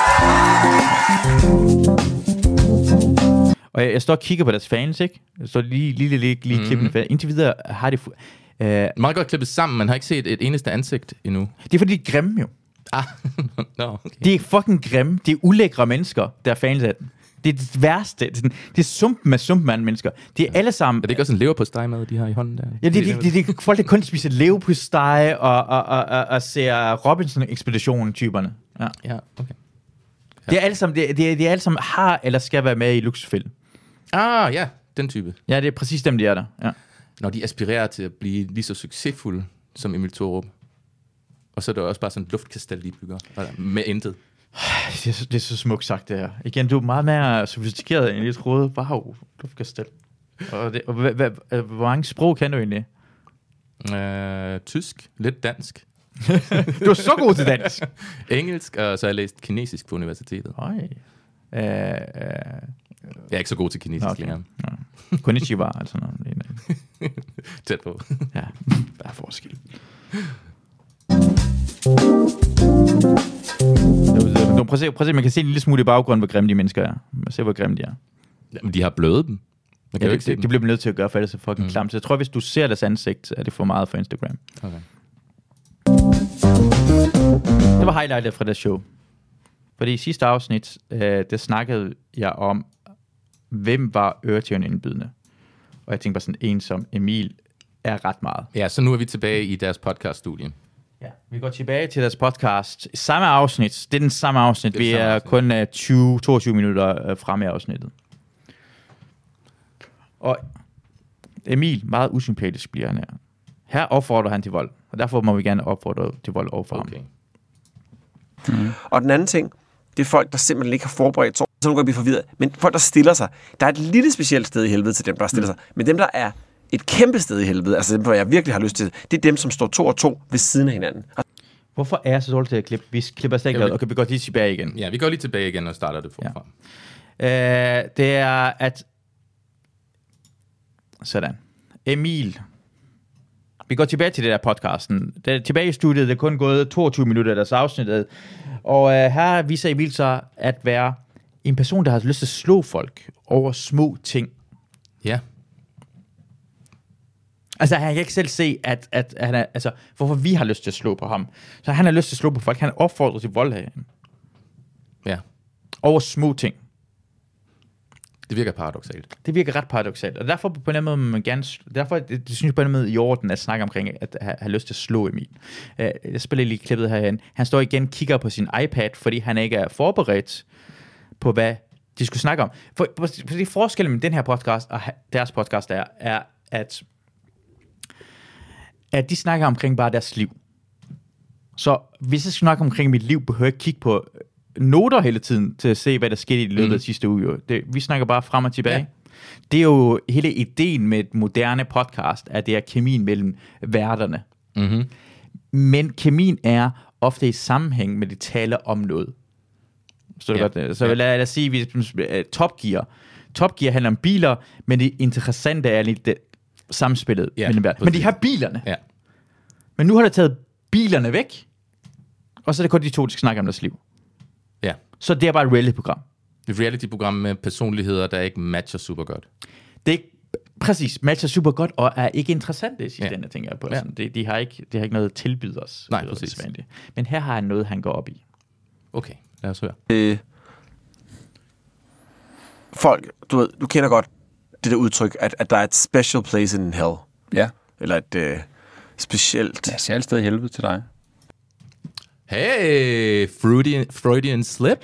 Og jeg, jeg står og kigger på deres fans, ikke? Jeg står lige, lige, lige, lige, lige mm-hmm. klippende. Indtil videre har det... Fu- uh, meget godt klippet sammen, man har ikke set et eneste ansigt endnu. Det er fordi, de er grimme jo. Ah, no, okay. De er fucking grimme. De er ulækre mennesker, der er fans af den. Det er det værste. Det er, sådan, det er sumpen med sumpen mennesker. De er ja. alle sammen... Er det ikke også en leverpostejmad, de har i hånden der? Ja, det er de, de, de, folk, der kun spiser leverpostej og, og, og, og, og ser Robinson-ekspeditionen-typerne. Ja. Ja, okay. Ja. Det er alle sammen, det, det, det er alle sammen har eller skal være med i luksusfilm. Ah, ja, den type. Ja, det er præcis dem, de er der. Ja. Når de aspirerer til at blive lige så succesfulde som Emil Thorup. Og så er der også bare sådan en luftkastel, de bygger. Med intet. Det er, så, det er så smukt sagt, det her. Igen, du er meget mere sofistikeret, end jeg troede. Wow, luftkastel. Og, det, og hva, hva, hvor mange sprog kan du egentlig? Øh, tysk, lidt dansk. Du er så god til dansk. Engelsk, og så har jeg læst kinesisk på universitetet. Oj. Øh, øh, jeg er ikke så god til kinesisk okay. længere. Ja. Konnichiwa, altså noget. Tæt på. Ja, der er forskel. Nu, prøv, at se, prøv at se, man kan se en lille smule i baggrunden, hvor grimme de mennesker er. Man ser, hvor grimme de er. Jamen, de har blødet dem. Man kan ja, jo det, ikke se det, dem. det bliver man nødt til at gøre, for det er så fucking mm. klamt. Så jeg tror, hvis du ser deres ansigt, er det for meget for Instagram. Okay. Det var highlightet fra det show. Fordi i sidste afsnit, øh, der snakkede jeg om, hvem var øretævende indbydende. Og jeg tænkte bare sådan, en som Emil er ret meget. Ja, så nu er vi tilbage i deres podcaststudie. Ja, vi går tilbage til deres podcast. Samme afsnit. Det er den samme afsnit. Er vi er afsnit. kun uh, tyve til toogtyve minutter uh, fremme i afsnittet. Og Emil, meget usympatisk bliver han her. Her opfordrer han til vold. Og derfor må vi gerne opfordre til vold overfor okay. ham. Mm. Og den anden ting, det er folk, der simpelthen ikke har forberedt sig. Så nu kan vi forvirret. Men folk, der stiller sig. Der er et lille specielt sted i helvede til dem, der stiller mm. sig. Men dem, der er et kæmpe sted i helvede, altså dem, hvor jeg virkelig har lyst til, det er dem, som står to og to ved siden af hinanden. Hvorfor er jeg så dårlig til at klippe? Vi klipper slet ikke, og kan vi gå lige tilbage igen? Ja, vi går lige tilbage igen og starter det forfra. Ja. Øh, det er, at... Sådan. Emil. Vi går tilbage til det der podcasten. Det er tilbage i studiet, det er kun gået toogtyve minutter af deres afsnittet. Og øh, her viser Emil sig at være en person, der har lyst til at slå folk over små ting. Ja. Altså, han kan ikke selv se, at, at, at han er, altså, hvorfor vi har lyst til at slå på ham. Så han har lyst til at slå på folk. Han er opfordret til vold af ham. Ja. Over små ting. Det virker paradoksalt. Det virker ret paradoksalt. Og derfor på en måde, man gerne, derfor det, det synes jeg på en måde i orden at snakke omkring, at have, have lyst til at slå Emil. Uh, jeg spiller lige klippet herhen. Han står igen og kigger på sin iPad, fordi han ikke er forberedt på, hvad de skulle snakke om. For, for, for det forskellen med den her podcast og deres podcast er, er at at de snakker omkring bare deres liv. Så hvis jeg skal snakke omkring mit liv, behøver jeg ikke kigge på noter hele tiden, til at se, hvad der skete i løbet mm. af sidste uge. Det, vi snakker bare frem og tilbage. Ja. Det er jo hele ideen med et moderne podcast, at det er kemien mellem værterne. Mm-hmm. Men kemien er ofte i sammenhæng med, det taler om noget. Så, ja. godt, så ja. lad, lad os sige, vi, uh, Top Gear. Top Gear handler om biler, men det interessante er lidt det, samspillet ja, mellem værterne. Men de har bilerne. Ja. Men nu har der taget bilerne væk, og så er det kun de to, der skal snakke om deres liv. Ja. Så det er bare et reality-program. Et reality-program med personligheder, der ikke matcher super godt. Det er ikke, præcis, matcher super godt, og er ikke interessante i sidste ja. ende, tænker jeg på. Ja. De, de, har ikke, de har ikke noget at tilbyde os. Nej, præcis. Men her har han noget, han går op i. Okay, lad os høre. Øh, folk, du ved, du kender godt det der udtryk, at, at der er et special place in hell. Ja. Eller et øh, specielt... Ja, særligt sted i helvede til dig. Hey, Freudian, Freudian slip.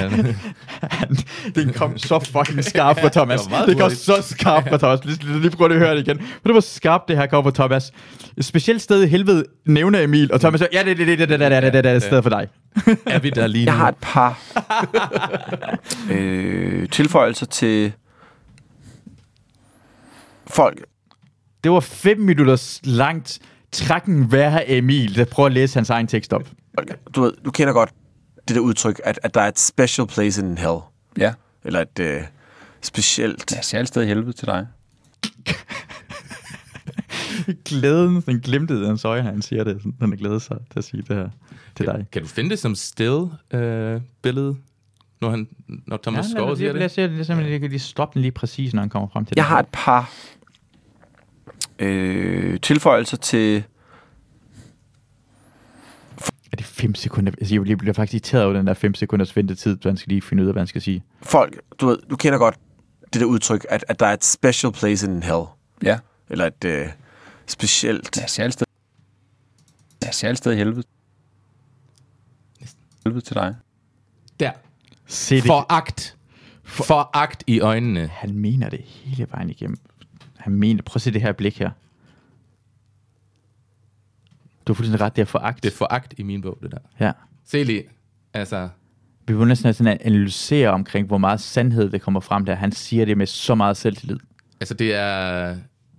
Det kom så fucking skarpt fra Thomas. Det var meget Det kom hurtigt. så skarpt fra Thomas. Lige, lige prøv at høre det igen. Men det var skarpt, det her kom fra Thomas. Et specielt sted i helvede nævner Emil, og Thomas siger, ja, det, det, det, det, det, det, det, det, det er et sted for dig. Er vi der lige nu? Jeg har et par øh, tilføjelser til folk. Det var fem minutters langt trækken hver Emil, der prøver at læse hans egen tekst op. Du ved, du kender godt det der udtryk, at, at der er et special place in hell. Ja. Eller et øh, specielt... Det er særligt sted i helvede til dig. Glæden, den glimtede hans øje, han siger det. Den er glædet sig til at sige det her til dig. Kan du finde det som still-billede, øh, når, han, når Thomas Ja, Skov lad, siger lad, lad, det? lad, lad, lad, lad, lad lige stoppe den lige præcis, når han kommer frem til Jeg det. har et par øh, tilføjelser til... Er det fem sekunder? Altså, jeg bliver faktisk irriteret over den der fem sekunders ventetid, så han skal lige finde ud af, hvad han skal sige. Folk, du ved, du kender godt det der udtryk, at, at der er et special place in hell. Ja. Eller et øh, specielt... Det er særligt sted. Det er særligt sted i helvede. Helvede til dig. Der. Se det. Foragt. Foragt i øjnene. Han mener det hele vejen igennem. Han mener, prøv at se det her blik her. Du har fuldstændig ret, det er foragt. Det er foragt i min bog, det der. Ja. Se lige, altså... Vi vil næsten sådan at analysere omkring, hvor meget sandhed det kommer frem der. Han siger det med så meget selvtillid. Altså, det er...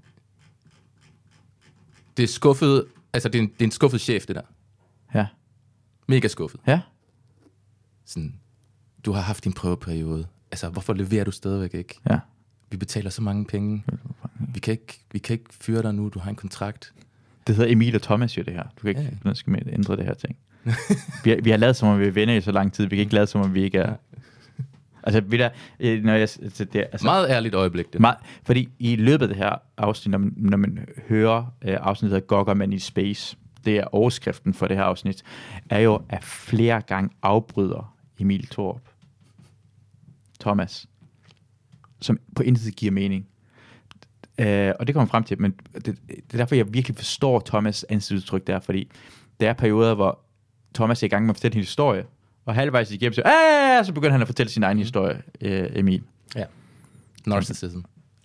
Det er skuffet... Altså, det er en, det er en skuffet chef, det der. Ja. Mega skuffet. Ja. Sådan, du har haft din prøveperiode. Altså, hvorfor leverer du stadigvæk ikke? Ja. Vi betaler så mange penge. Vi kan ikke, vi kan ikke fyre dig nu, du har en kontrakt. Det hedder Emil og Thomas jo det her. Du kan ikke Ja, ja. ja. skal med ændre det her ting. vi, har, vi har lavet som om vi er venner i så lang tid. Vi kan ikke lade som om vi ikke er... Altså, ved der, øh, når jeg... Altså, det, er- altså, Meget ærligt øjeblik, det. Meget, fordi i løbet af det her afsnit, når man, når man hører øh, afsnittet af Goggerman i Space, det er overskriften for det her afsnit, er jo, at flere gange afbryder Emil Thorup Thomas, som på intet giver mening. Øh, og det kommer frem til, men det, det er derfor, jeg virkelig forstår Thomas' ansigtsudtryk der, fordi der er perioder, hvor Thomas er i gang med at fortælle en historie, og halvvejs igennem, så, Aah! så begynder han at fortælle sin egen historie, øh, Emil. Ja. Narcissism.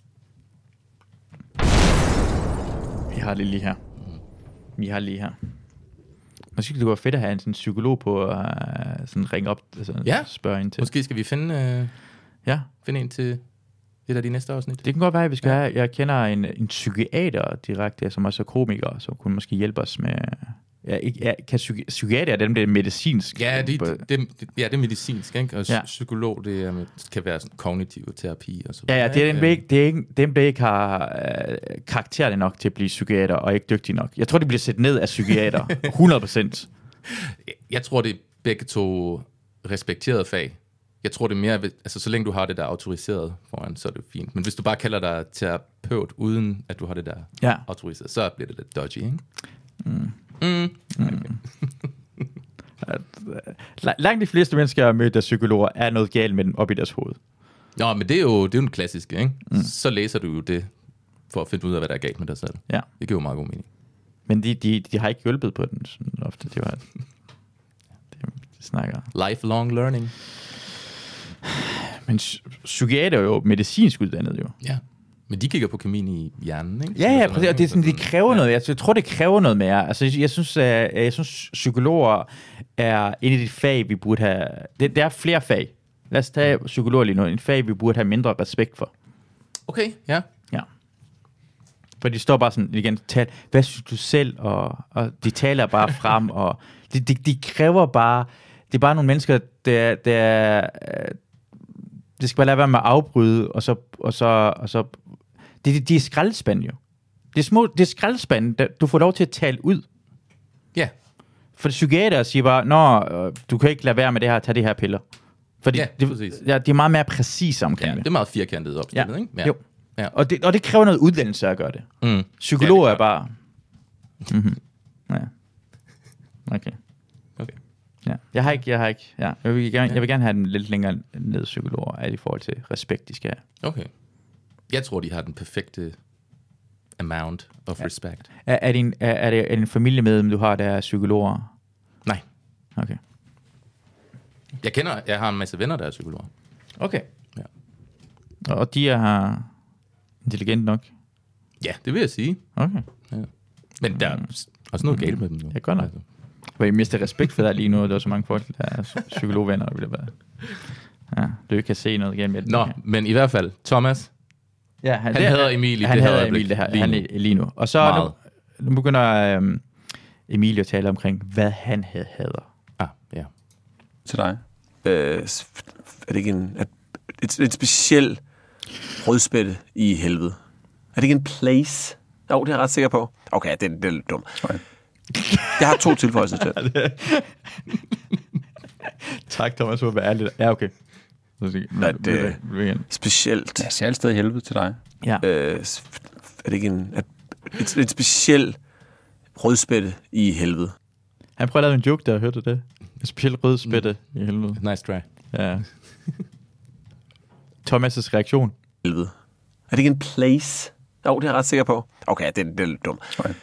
Vi har det lige her. Vi har det lige her. Måske det kunne være fedt at have en sådan psykolog på og uh, sådan ringe op og Ja. spørge ind til. Måske skal vi finde, øh, Ja, finde en til et af de næste afsnit. det kan godt være, at vi skal ja. have... Jeg kender en, en psykiater direkte, som også er komiker, som kunne måske hjælpe os med... Ja, ikke, ja, kan psyki- psykiater er dem, det er medicinsk. Ja, det, det, det, ja, det er medicinsk, ikke? Og Ja. ja. psykolog, det er, kan være sådan kognitiv terapi og så Ja, ja, det er videre, dem, der ikke, det er ikke, dem, der ikke har øh, karaktererne nok til at blive psykiater, og ikke dygtige nok. Jeg tror, de bliver set ned af psykiater. hundrede procent. Jeg tror, det er begge to respekterede fag. Jeg tror, det er mere... Altså, så længe du har det der autoriseret foran, så er det fint. Men hvis du bare kalder dig terapeut, uden at du har det der Ja. autoriseret, så bliver det lidt dodgy, ikke? La- Langt de fleste mennesker, jeg har mødt, der psykologer, er noget galt med dem op i deres hoved. Nå, men det er jo, det er jo den klassiske, ikke? Mm. Så læser du jo det, for at finde ud af, hvad der er galt med dig selv. Ja. Det giver jo meget god mening. Men de, de, de har ikke hjulpet på den sådan ofte. De, var, de, de snakker. Lifelong learning. Men psy- psykiater er jo medicinsk uddannet jo. Ja. Men de kigger på kemien i hjernen, ikke? Ja, ja, præcis. Og det, er sådan, det kræver noget. Jeg tror, det kræver noget mere. Altså, jeg synes, at, jeg synes, psykologer er en af de fag, vi burde have... Det, der er flere fag. Lad os tage psykologer lige nu. En fag, vi burde have mindre respekt for. Okay, ja. Ja. For de står bare sådan igen, tal, hvad synes du selv? Og, og de taler bare frem, og de, de, de kræver bare... Det er bare nogle mennesker, der... der det skal bare lade være med at afbryde, og så... Og så, og så de, de, de er skraldespand jo. Det er, små, det er skraldespand, der, du får lov til at tale ud. Ja. For det psykiater siger bare, nå, du kan ikke lade være med det her, tage de her piller. Fordi Ja, det, præcis. ja, de er meget mere præcise omkring Ja, det. det er meget firkantet opstillet, Ja. ikke? Jo. Ja. Og, det, og det kræver noget uddannelse at gøre det. Mm. Psykologer Ja, er det er bare... Mm-hmm. Ja. Okay. Okay. Ja. Jeg har ikke... Jeg, har ikke ja. jeg, vil gerne, jeg vil gerne have den lidt længere ned, psykologer, alt i forhold til respekt, de skal have. Okay. Jeg tror, de har den perfekte amount of ja. respect. Er, er, din, er, er, det, er det en familiemedlem, du har, der er psykologer? Nej. Okay. Jeg kender, jeg har en masse venner, der er psykologer. Okay. Ja. Og de er intelligent nok? Ja, det vil jeg sige. Okay. Ja. Men der er også noget galt med dem nu. Ja, godt nok. Altså. Jeg mister respekt for dig lige nu, og der er så mange folk, der er psykologvenner, og det være. Ja, du ikke kan se noget igen med det. Nå, men i hvert fald, Thomas, ja, han, han hedder Emil i han det her hedder øjeblik. Emil det her, lige han nu. er lige nu. Og så nu, nu begynder um, Emil at tale omkring, hvad han havde hader. Ah, ja. Til dig. Øh, er det ikke en... Et, et, et speciel rødspætte i helvede? Er det ikke en place? Jo, det er jeg ret sikker på. Okay, det, det er lidt dumt. Okay. Jeg har to tilføjelser til. Tak, Thomas, for at være ærlig. Ja, okay. Nej, det er specielt. Ja, særligt sted i helvede til dig. Ja. Øh, er det ikke en... Et, et speciel rødspætte i helvede? Han prøvede at lave en joke der, hørte du det? En speciel rødspætte mm. i helvede. Nice try. Ja. Thomas' reaktion. Helvede. Er det ikke en place? Jo, det er jeg ret sikker på. Okay, det, det er lidt dumt. Okay.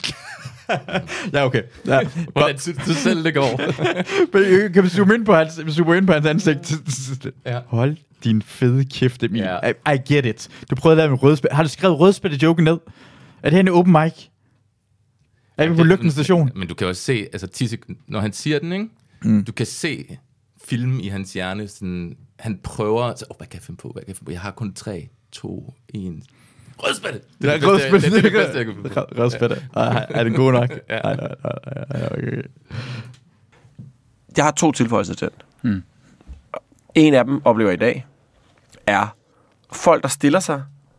Ja, okay. Ja. Hvordan synes du selv, det går? Kan vi zoome ind på hans, zoome ind på hans ansigt? Ja. Hold din fede kæft, Emil. Ja. I, I get it. Du prøvede at lave en rødspætte. Har du skrevet rødspætte-joken ned? Er det her en open mic? Er vi på Lygten station? Men du kan også se, altså ti sekunder, når han siger den, ikke? Mm. Du kan se film i hans hjerne, sådan, han prøver, så, oh, hvad kan jeg finde på, hvad kan jeg finde på? Jeg har kun tre, to, en... Rødspætte! Det er rødspætte. Det er det bedste, jeg kan finde på. Rødspætte. Er det god nok? Ja. Nej, nej, nej, nej, okay. Jeg har to tilføjelser til den. Hmm. En af dem, oplever jeg i dag, er folk, der stiller sig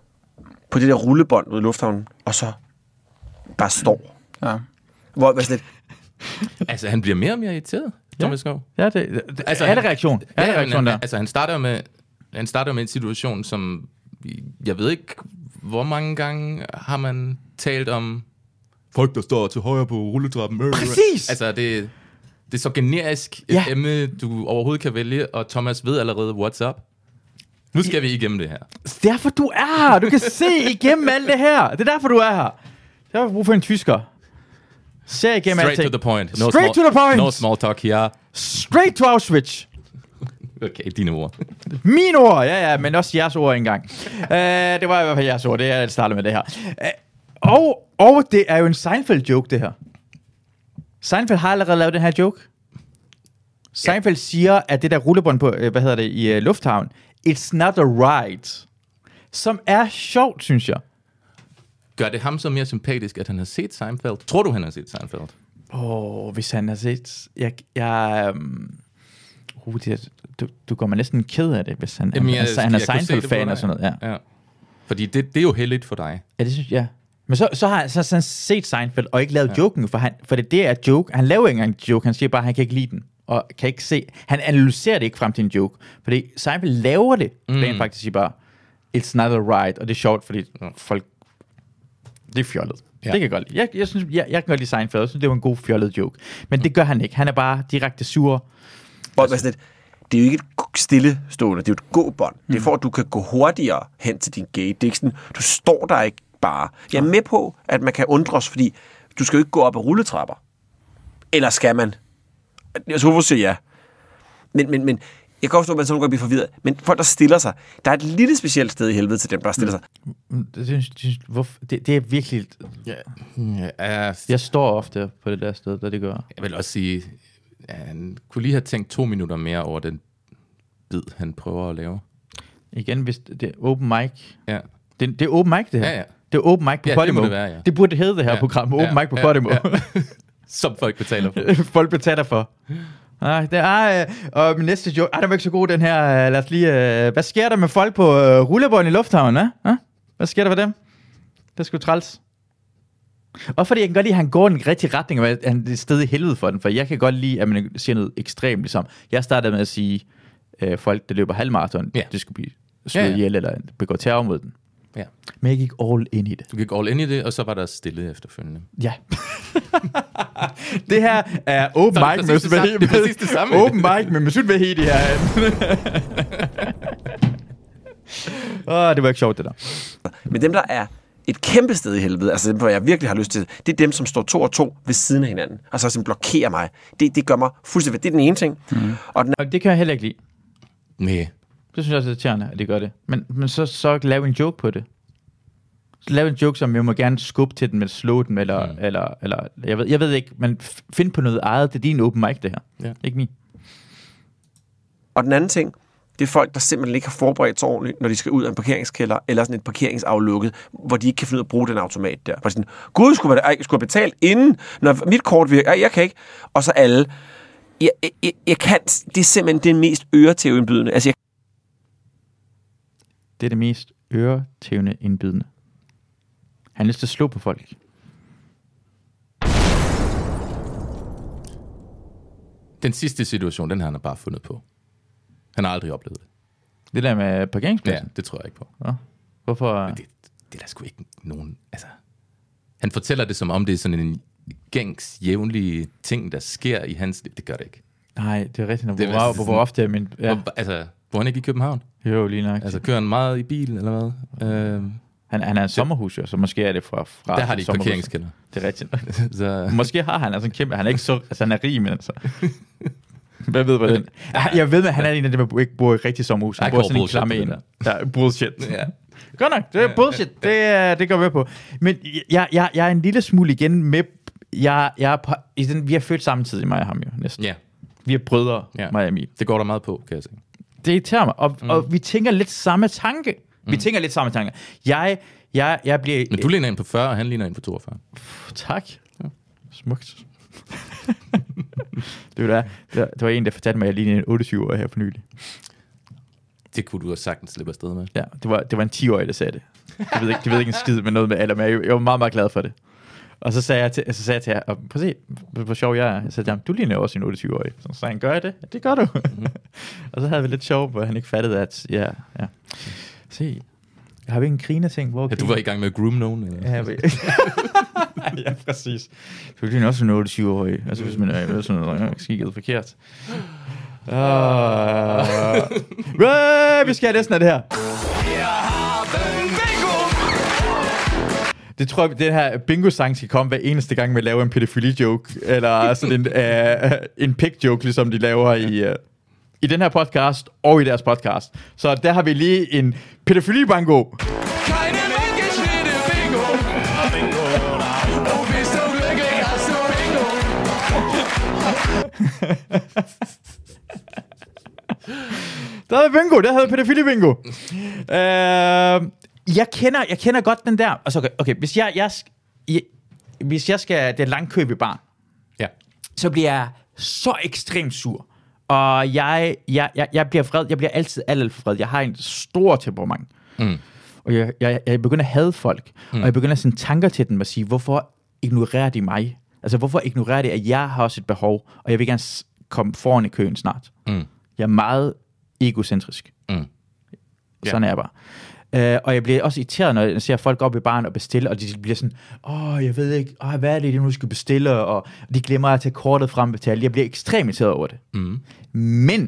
på det der rullebånd ude i lufthavnen, og så bare står. Ja. Hvor, hvad sådan lidt, Altså, han bliver mere og mere irriteret, Thomas Skov. Ja, det, det Altså, er det reaktion? Er Ja, det reaktion han, der? altså, han starter med, han starter med en situation, som jeg ved ikke, hvor mange gange har man talt om folk, der står til højre på rulletrappen. Præcis! Altså, det, det er så generisk et Ja. emne, du overhovedet kan vælge, og Thomas ved allerede, what's up. Nu skal vi igennem det her. Derfor du er her. Du kan se igennem alt det her. Det er derfor, du er her. Det er brug for en tysker. Se igennem Straight alting. to the point. No Straight small, to the point. No small talk here. Straight to Auschwitz. Okay, dine ord. Mine ord, ja, ja, men også jeres ord engang. uh, det var i hvert fald jeres ord, det er jeg startede med det her. Uh, og, og det er jo en Seinfeld-joke, det her. Seinfeld har allerede lavet den her joke. Seinfeld siger, at det der rullebånd på, uh, hvad hedder det, i uh, lufthavn, it's not a ride. Som er sjovt, synes jeg. Gør det ham så mere sympatisk, at han har set Seinfeld? Tror du, han har set Seinfeld? Åh, oh, hvis han har set... Jeg... jeg um, uh, det, du, du går mig næsten ked af det, hvis han, Jamen, jeg, han, han er jeg kunne se det Seinfeld-fan på og sådan noget. Ja. Ja. Fordi det, det er jo heldigt for dig. Ja, det synes jeg. Men så, så har han så, så han set Seinfeld og ikke lavet ja. joken, for, han, for det, det er joke. Han laver ikke engang en joke, han siger bare, at han kan ikke lide den. Og kan ikke se... Han analyserer det ikke frem til en joke. Fordi Seinfeld laver det, mm. rent faktisk siger bare, it's not a ride. Og det er sjovt, fordi mm. folk... Det er fjollet. Ja. Det kan jeg godt lide. Jeg, jeg, synes, jeg, jeg kan godt lide Seinfeld. Jeg synes, det var en god fjollet joke. Men mm. det gør han ikke. Han er bare direkte sur. hvor, altså, lidt, det er jo ikke et stillestående, det er jo et gåbånd. Mm. Det er for, at du kan gå hurtigere hen til din gate. Det er ikke sådan, du står der ikke bare. Jeg er med på, at man kan undres, fordi du skal jo ikke gå op ad rulletrapper. Eller skal man? Jeg tror, hvorfor siger ja. Men, men, men jeg kan også forstå, at man sådan kan blive forvirret. Men folk, der stiller sig, der er et lille specielt sted i helvede til dem, der stiller sig. Det, synes, synes, hvorfor, det, det er virkelig... Ja. Ja, jeg står ofte på det der sted, der det gør. Jeg vil også sige, at han kunne lige have tænkt to minutter mere over den bid, han prøver at lave. Igen, hvis det er open mic. Ja. Det, det er open mic, det her. Ja, ja. Det er open mic på ja, Podimo. Det, være, ja. det burde hedde det her ja. program, open ja, mic på ja, Podimo. Ja. Som folk betaler for. Folk betaler for. Ah, det er, øh, og min næste joke, ah, den var ikke så god, den her. Uh, lad os lige, uh, hvad sker der med folk på uh, rullebånd i lufthavnen? Eh? Ah? Hvad sker der for dem? Det er sgu træls. Og fordi jeg kan godt lide, at han går i en rigtig retning, og han er et sted i helvede for den, for jeg kan godt lide, at man siger noget ekstremt, ligesom. Jeg startede med at sige, uh, folk, der løber halvmarathon, ja. det skulle blive slået ja, ja. ihjel, eller begå terror mod den. Ja. Men jeg gik all in i det. Du gik all in i det, og så var der stille efterfølgende. Ja. Det her er open mic med det er præcis det samme. Open mic med Mesut Vahedi her. Åh, oh, det var ikke sjovt, det der. Men dem, der er et kæmpe sted i helvede, altså dem, hvor jeg virkelig har lyst til, det er dem, som står to og to ved siden af hinanden, og så simpelthen blokerer mig. Det, det gør mig fuldstændig. Det er den ene ting. Mm. Og, den og det kan jeg heller ikke lide. Nej. Det synes jeg også er irriterende, at det gør det. Men, men så, så lave en joke på det. Så lave en joke, som jeg må gerne skubbe til den, eller slå den, eller, mm. eller, eller jeg, ved, jeg ved ikke, men find på noget eget. Det er din open mic, det her. Ja. Ikke min. Og den anden ting, det er folk, der simpelthen ikke har forberedt sig ordentligt, når de skal ud af en parkeringskælder, eller sådan et parkeringsaflukket, hvor de ikke kan finde ud af at bruge den automat der. Hvor sådan, gud, skulle jeg, skulle jeg betale inden, når mit kort virker? Ej, jeg kan ikke. Og så alle. Jeg, jeg, jeg, jeg kan, det er simpelthen det mest øretæveindbydende. Altså, jeg... Det er det mest øretævende indbydende. Han har lyst til at slå på folk. Den sidste situation, den har han bare fundet på. Han har aldrig oplevet det. Det der med parkeringspladsen? Ja, det tror jeg ikke på. Ja. Hvorfor? Men det, det er der sgu ikke nogen... Altså, han fortæller det, som om det er sådan en gængs, jævnlig ting, der sker i hans liv. Det gør det ikke. Nej, det er rigtigt. Hvor, det er hvor, hvor, hvor ofte er min... Ja. Hvor, altså, hvor han ikke i København? Jo, lige nok. Altså, kører han meget i bil, eller hvad? Øh, han, han er en sommerhus, jo, så måske er det fra... fra der har de ikke parkeringskælder. Det er rigtigt. så... Måske har han altså en kæmpe... Han er ikke så... Altså, han er rig, men altså... Hvad ved du, den? Jeg ved, at han er en af dem, der ikke bor i rigtig sommerhus. Han bor sådan en klamme en. Der er bullshit. Ja. Godt nok, det er bullshit. Det, det går vi på. Men jeg, jeg, jeg er en lille smule igen med... Jeg, jeg er på, i den, vi har født samtidig, mig og ham jo, næsten. Ja. Vi er brødre, ja. mig og Emil. Det går der meget på, kan jeg sige. Det irriterer mig. Og, mm. og vi tænker lidt samme tanke. Vi mm. tænker lidt samme tanke. Jeg, jeg, jeg bliver... Men du ligner ind på fyrre, og han ligner ind på toogfyrre. Pff, tak. Ja. Smukt. det, var der, der, der var en, der fortalte mig, at jeg lignede en otteogtyve-årig her for nylig. Det kunne du have sagtens slippe afsted med. Ja, det var, det var en ti-årig, der sagde det. Jeg ved ikke, det ved ikke en skid med noget med alder, men jeg, jeg var meget, meget glad for det. Og så sagde jeg til, så sagde jeg til jer, og prøv at se, hvor sjov jeg er. Jeg sagde til ham, du ligner også en otteogtyve-årig. Så sagde han, gør jeg det? Ja, det gør du. Mm-hmm. Og så havde vi lidt sjov, hvor han ikke fattede, at ja, ja. Se, har vi ikke en griner-ting? Hvor ja, du var i gang med at groom nogen? Eller? Ja, ja, præcis. Du ligner også en otteogtyve-årig. Altså, hvis man er sådan noget skikket forkert. Uh, uh, vi skal have næsten af det her. Det tror jeg, den her bingo-sang skal komme hver eneste gang, man laver en pædofili-joke, eller sådan en, uh, en pig-joke, ligesom de laver i, uh, i den her podcast, og i deres podcast. Så der har vi lige en pædofili-bango. Der havde bingo, der havde pædofili-bingo. Uh, Jeg kender, jeg kender godt den der. Altså, okay, okay, hvis jeg, jeg, jeg, hvis jeg skal, det er langkøb i barn, ja. Så bliver jeg så ekstremt sur. Og jeg, jeg, jeg, jeg bliver vred. Jeg bliver altid alt, alt for vred. Jeg har en stor temperament. Mm. Og jeg, jeg, jeg begynder at hade folk. Mm. Og jeg begynder at sende tanker til dem og sige, hvorfor ignorerer de mig? Altså, hvorfor ignorerer de, at jeg har også et behov, og jeg vil gerne komme foran i køen snart. Mm. Jeg er meget egocentrisk. Mm. Sådan er jeg bare. Uh, og jeg bliver også irriteret, når jeg ser folk op i baren og bestille, og de bliver sådan, åh, jeg ved ikke, åh, hvad er det, de nu skal bestille, og de glemmer at tage kortet frem og betale. Jeg bliver ekstremt irriteret over det. Mm. Men,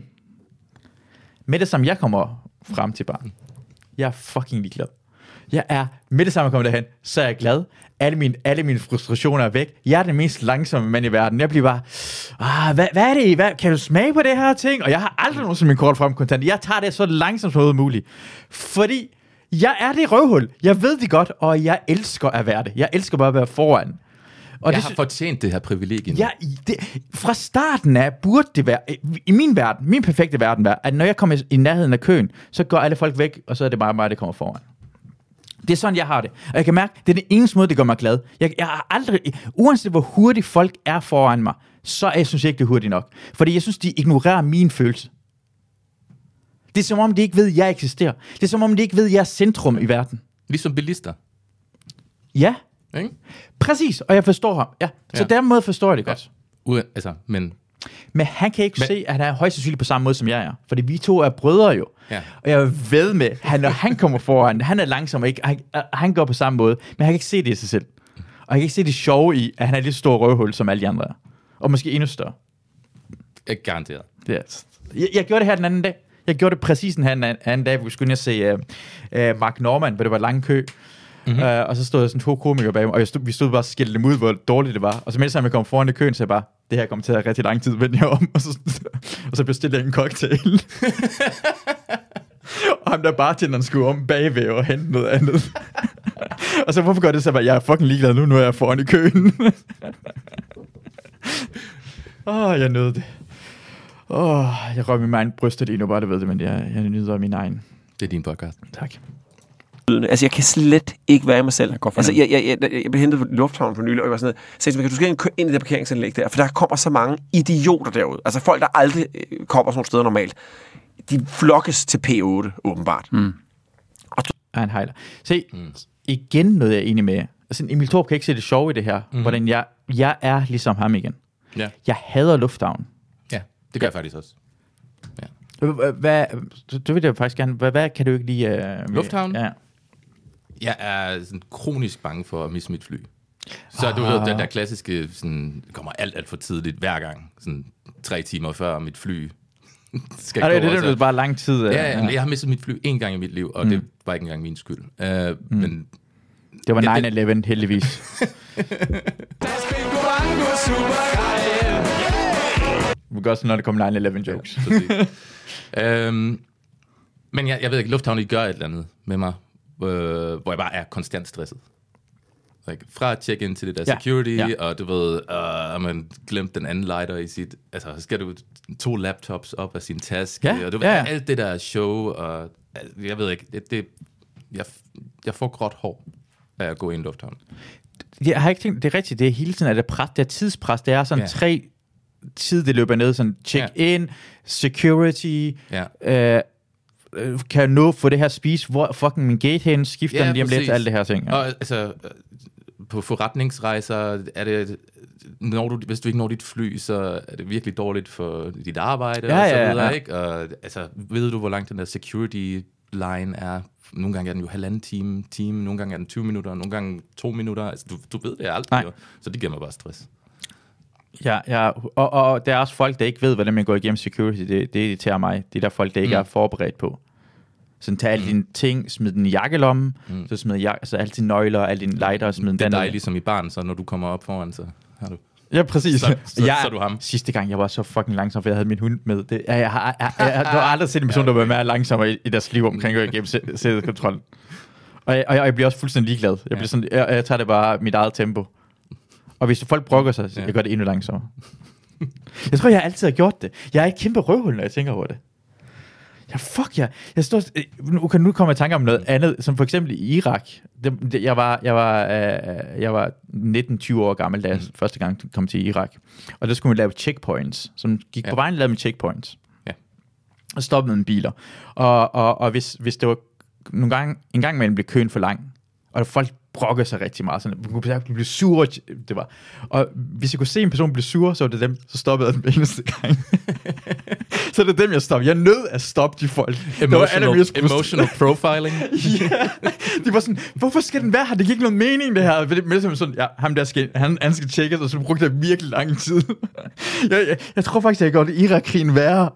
med det samme, jeg kommer frem til baren, jeg er fucking ligeglad. Jeg er, med det samme, jeg kommer derhen, så er jeg glad. Alle mine, alle mine frustrationer er væk. Jeg er den mest langsomme mand i verden. Jeg bliver bare, ah, hvad, hvad er det? Hvad, kan du smage på det her ting? Og jeg har aldrig nogensinde min kort frem kontant. Jeg tager det så langsomt som muligt. Fordi jeg er det røvhul. Jeg ved det godt, og jeg elsker at være det. Jeg elsker bare at være foran. Og jeg det, har fortjent det her privilegie. Ja, det, fra starten af burde det være, i min verden, min perfekte verden være, at når jeg kommer i nærheden af køen, så går alle folk væk, og så er det bare mig, der kommer foran. Det er sådan, jeg har det. Og jeg kan mærke, det er den eneste måde, det gør mig glad. Jeg, jeg har aldrig, uanset hvor hurtigt folk er foran mig, så jeg synes jeg ikke, det er hurtigt nok. Fordi jeg synes, de ignorerer min følelse. Det er som om, de ikke ved, at jeg eksisterer. Det er som om, de ikke ved, at jeg er centrum i verden. Ligesom bilister. Ja. Ikke? Præcis, og jeg forstår ham. Ja. Så ja. Den måde forstår jeg det godt. Ja. Uden, altså, men... Men han kan ikke men... se, at han er højst sandsynligt på samme måde, som jeg er. Fordi vi to er brødre jo. Ja. Og jeg ved med, at når han kommer foran, han er langsom, og ikke, han, han går på samme måde, men han kan ikke se det i sig selv. Og han kan ikke se det sjove i, at han er et lidt stor røvhul, som alle de andre er. Og måske endnu større. Jeg garanteret. Yes. Jeg, jeg gjorde det her den anden dag. Jeg gjorde det præcis den her anden dag, hvor vi skulle ind og se uh, uh, Mark Norman, hvor det var lang kø. Mm-hmm. Uh, og så stod der sådan to komikere bag mig, og jeg stod, vi stod bare og skældte dem ud, hvor dårligt det var. Og så mens jeg kom foran i køen, så jeg bare, det her kommer til at have rigtig lang tid, vendte jeg om, og så, og så bestilte jeg en cocktail. Og ham der bartenderen skulle om bagved og hente noget andet. Og så hvorfor gør det så bare, jeg er fucking ligeglad nu, nu er jeg foran i køen. Åh, oh, jeg nød det. Åh, oh, jeg rører min egen brystet lige nu, bare det ved det, men jeg, jeg nyder min egen. Det er din podcast. Tak. Altså, jeg kan slet ikke være i mig selv. Jeg, altså, jeg, jeg, jeg, jeg blev hentet på lufthavnen for nylig, og jeg var sådan noget, så jeg, du skal ikke køre ind i det parkeringsanlæg der, for der kommer så mange idioter derude. Altså, folk, der aldrig kommer sådan nogle steder normalt. De flokkes til P otte, åbenbart. Mm. Og du... en hejler. Se, mm. igen noget, jeg er enig med. Altså, Emil Thorup kan ikke se det sjove i det her, mm. hvordan jeg, jeg er ligesom ham igen. Ja. Jeg hader lufthavnen. Ja, det gør jeg faktisk også. Ja. Hvad, det vil jeg faktisk gerne. Hvad, hvad kan du ikke lide? Uh, lufthavnen? Ja. Jeg er sådan kronisk bange for at miste mit fly. Så ah. du ved, den der klassiske, sådan, kommer alt, alt for tidligt hver gang. Sådan tre timer før mit fly skal ah, gå. Det er det, det er bare lang tid. Ja, ja, ja, jeg har mistet mit fly en gang i mit liv, og mm. det var ikke engang min skyld. Uh, mm. men, det var nine eleven, heldigvis. Vi kan også, når det kommer nine eleven jokes. øhm, men jeg, jeg ved ikke, lufthavnen gør et eller andet med mig, øh, hvor jeg bare er konstant stresset. Like, fra at check ind til det der ja. security, ja. og du ved, uh, man glemt den anden lighter i sit... Altså, skal du to laptops op af sin taske, ja. og du ved, ja, ja. alt det der show, og jeg ved ikke, det, det, jeg, jeg får gråt hår af at gå ind i lufthavnen. Jeg har ikke tænkt, det er rigtigt, det er hele tiden, at det er pres, det er tidspres, det er sådan ja. tre tid, det løber ned, sådan check-in, ja. security, ja. øh, kan jeg nå få det her spise, hvor fucking min gate hen, skifter ja, den lige om lidt til alt det her ting. Ja. Og altså, på forretningsrejser er det, når du, hvis du ikke når dit fly, så er det virkelig dårligt for dit arbejde, ja, og så ja, videre, ja. ikke? Og altså, ved du, hvor langt den der security line er? Nogle gange er den jo halvanden time, time, nogle gange er den tyve minutter, nogle gange to minutter. Altså, du, du ved det aldrig, jo. Så det giver mig bare stress. Ja, ja. Og, og der er også folk, der ikke ved, hvordan man går igennem security. Det, det irriterer mig. Det er der folk, der ikke mm. er forberedt på. Så tag alle mm. dine ting, smid den i jakkelommen, mm. så smid jak- så alle dine nøgler, alle dine lighter, smid den. Det er dig ligesom i barn, så når du kommer op foran, så har du... Ja, præcis. Så, så, jeg, så er du ham. Sidste gang, jeg var så fucking langsom, for jeg havde min hund med. Det, jeg, jeg, har, jeg, jeg, jeg, jeg har aldrig set en person, der var mere langsommere i, i deres liv omkring at gå igennem sædekontrol. Og jeg, og jeg bliver også fuldstændig ligeglad. Jeg, bliver sådan, jeg, jeg tager det bare mit eget tempo. Og hvis folk brokker sig, så ja. jeg gør det endnu langsommere. Jeg tror, jeg altid har gjort det. Jeg er et kæmpe røvhul, når jeg tænker over det. Ja, fuck ja. Jeg står, nu kan nu komme i tanke om noget andet, som for eksempel i Irak. Det, det, jeg var, jeg var, øh, jeg var nitten tyve år gammel, da jeg mm. første gang kom til Irak. Og der skulle man lave checkpoints, som gik ja. på vejen og lavede med checkpoints. Ja. Og stoppede med biler. Og, og, og hvis, hvis det var nogle gange, en gang imellem blev køen for lang, og folk brokker sig rigtig meget. Sådan, de blev sure. Det var. Og hvis jeg kunne se en person blive sur, så var det dem, så stoppede jeg den eneste gang. Så det er dem, jeg stoppede. Jeg nød at stoppe de folk. Emotional, emotional profiling. Ja. De var sådan, hvorfor skal den være her? Det giver ikke nogen mening, det her. Men det er sådan, ja, ham der skal, han, han skal tjekkes, og så brugte jeg virkelig lang tid. jeg, jeg, jeg tror faktisk, jeg gjorde det Irak-krigen værre.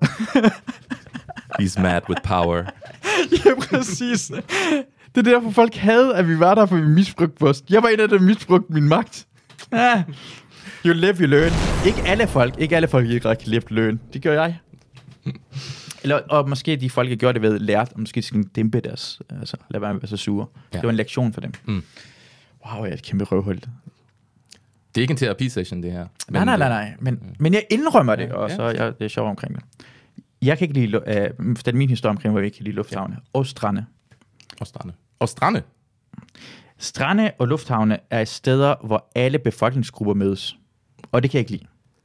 He's mad with power. Ja, præcis. Det er derfor, folk havde, at vi var der, for vi misbrugte vores... Jeg var en af dem, der misbrugte min magt. Ah. You live, you learn. Ikke alle folk, ikke alle folk i Irak kan live, learn. Det gør jeg. Eller, og måske de folk, der gjorde det ved, lært, og måske de skal dæmpe deres... Altså, lad være med at være så sure. Ja. Det var en lektion for dem. Mm. Wow, jeg er et kæmpe røvhul. Det er ikke en terapi-session, det her. Nej, nej, nej, nej. Men, mm. men jeg indrømmer det, og så jeg, det er sjovt omkring det. Jeg kan ikke lide... Uh, det er min historie omkring, hvor jeg ikke kan lide lufthavne. Ja. Og strande. Og strande. Og strande? Strande og lufthavne er steder, hvor alle befolkningsgrupper mødes. Og det kan jeg ikke lide.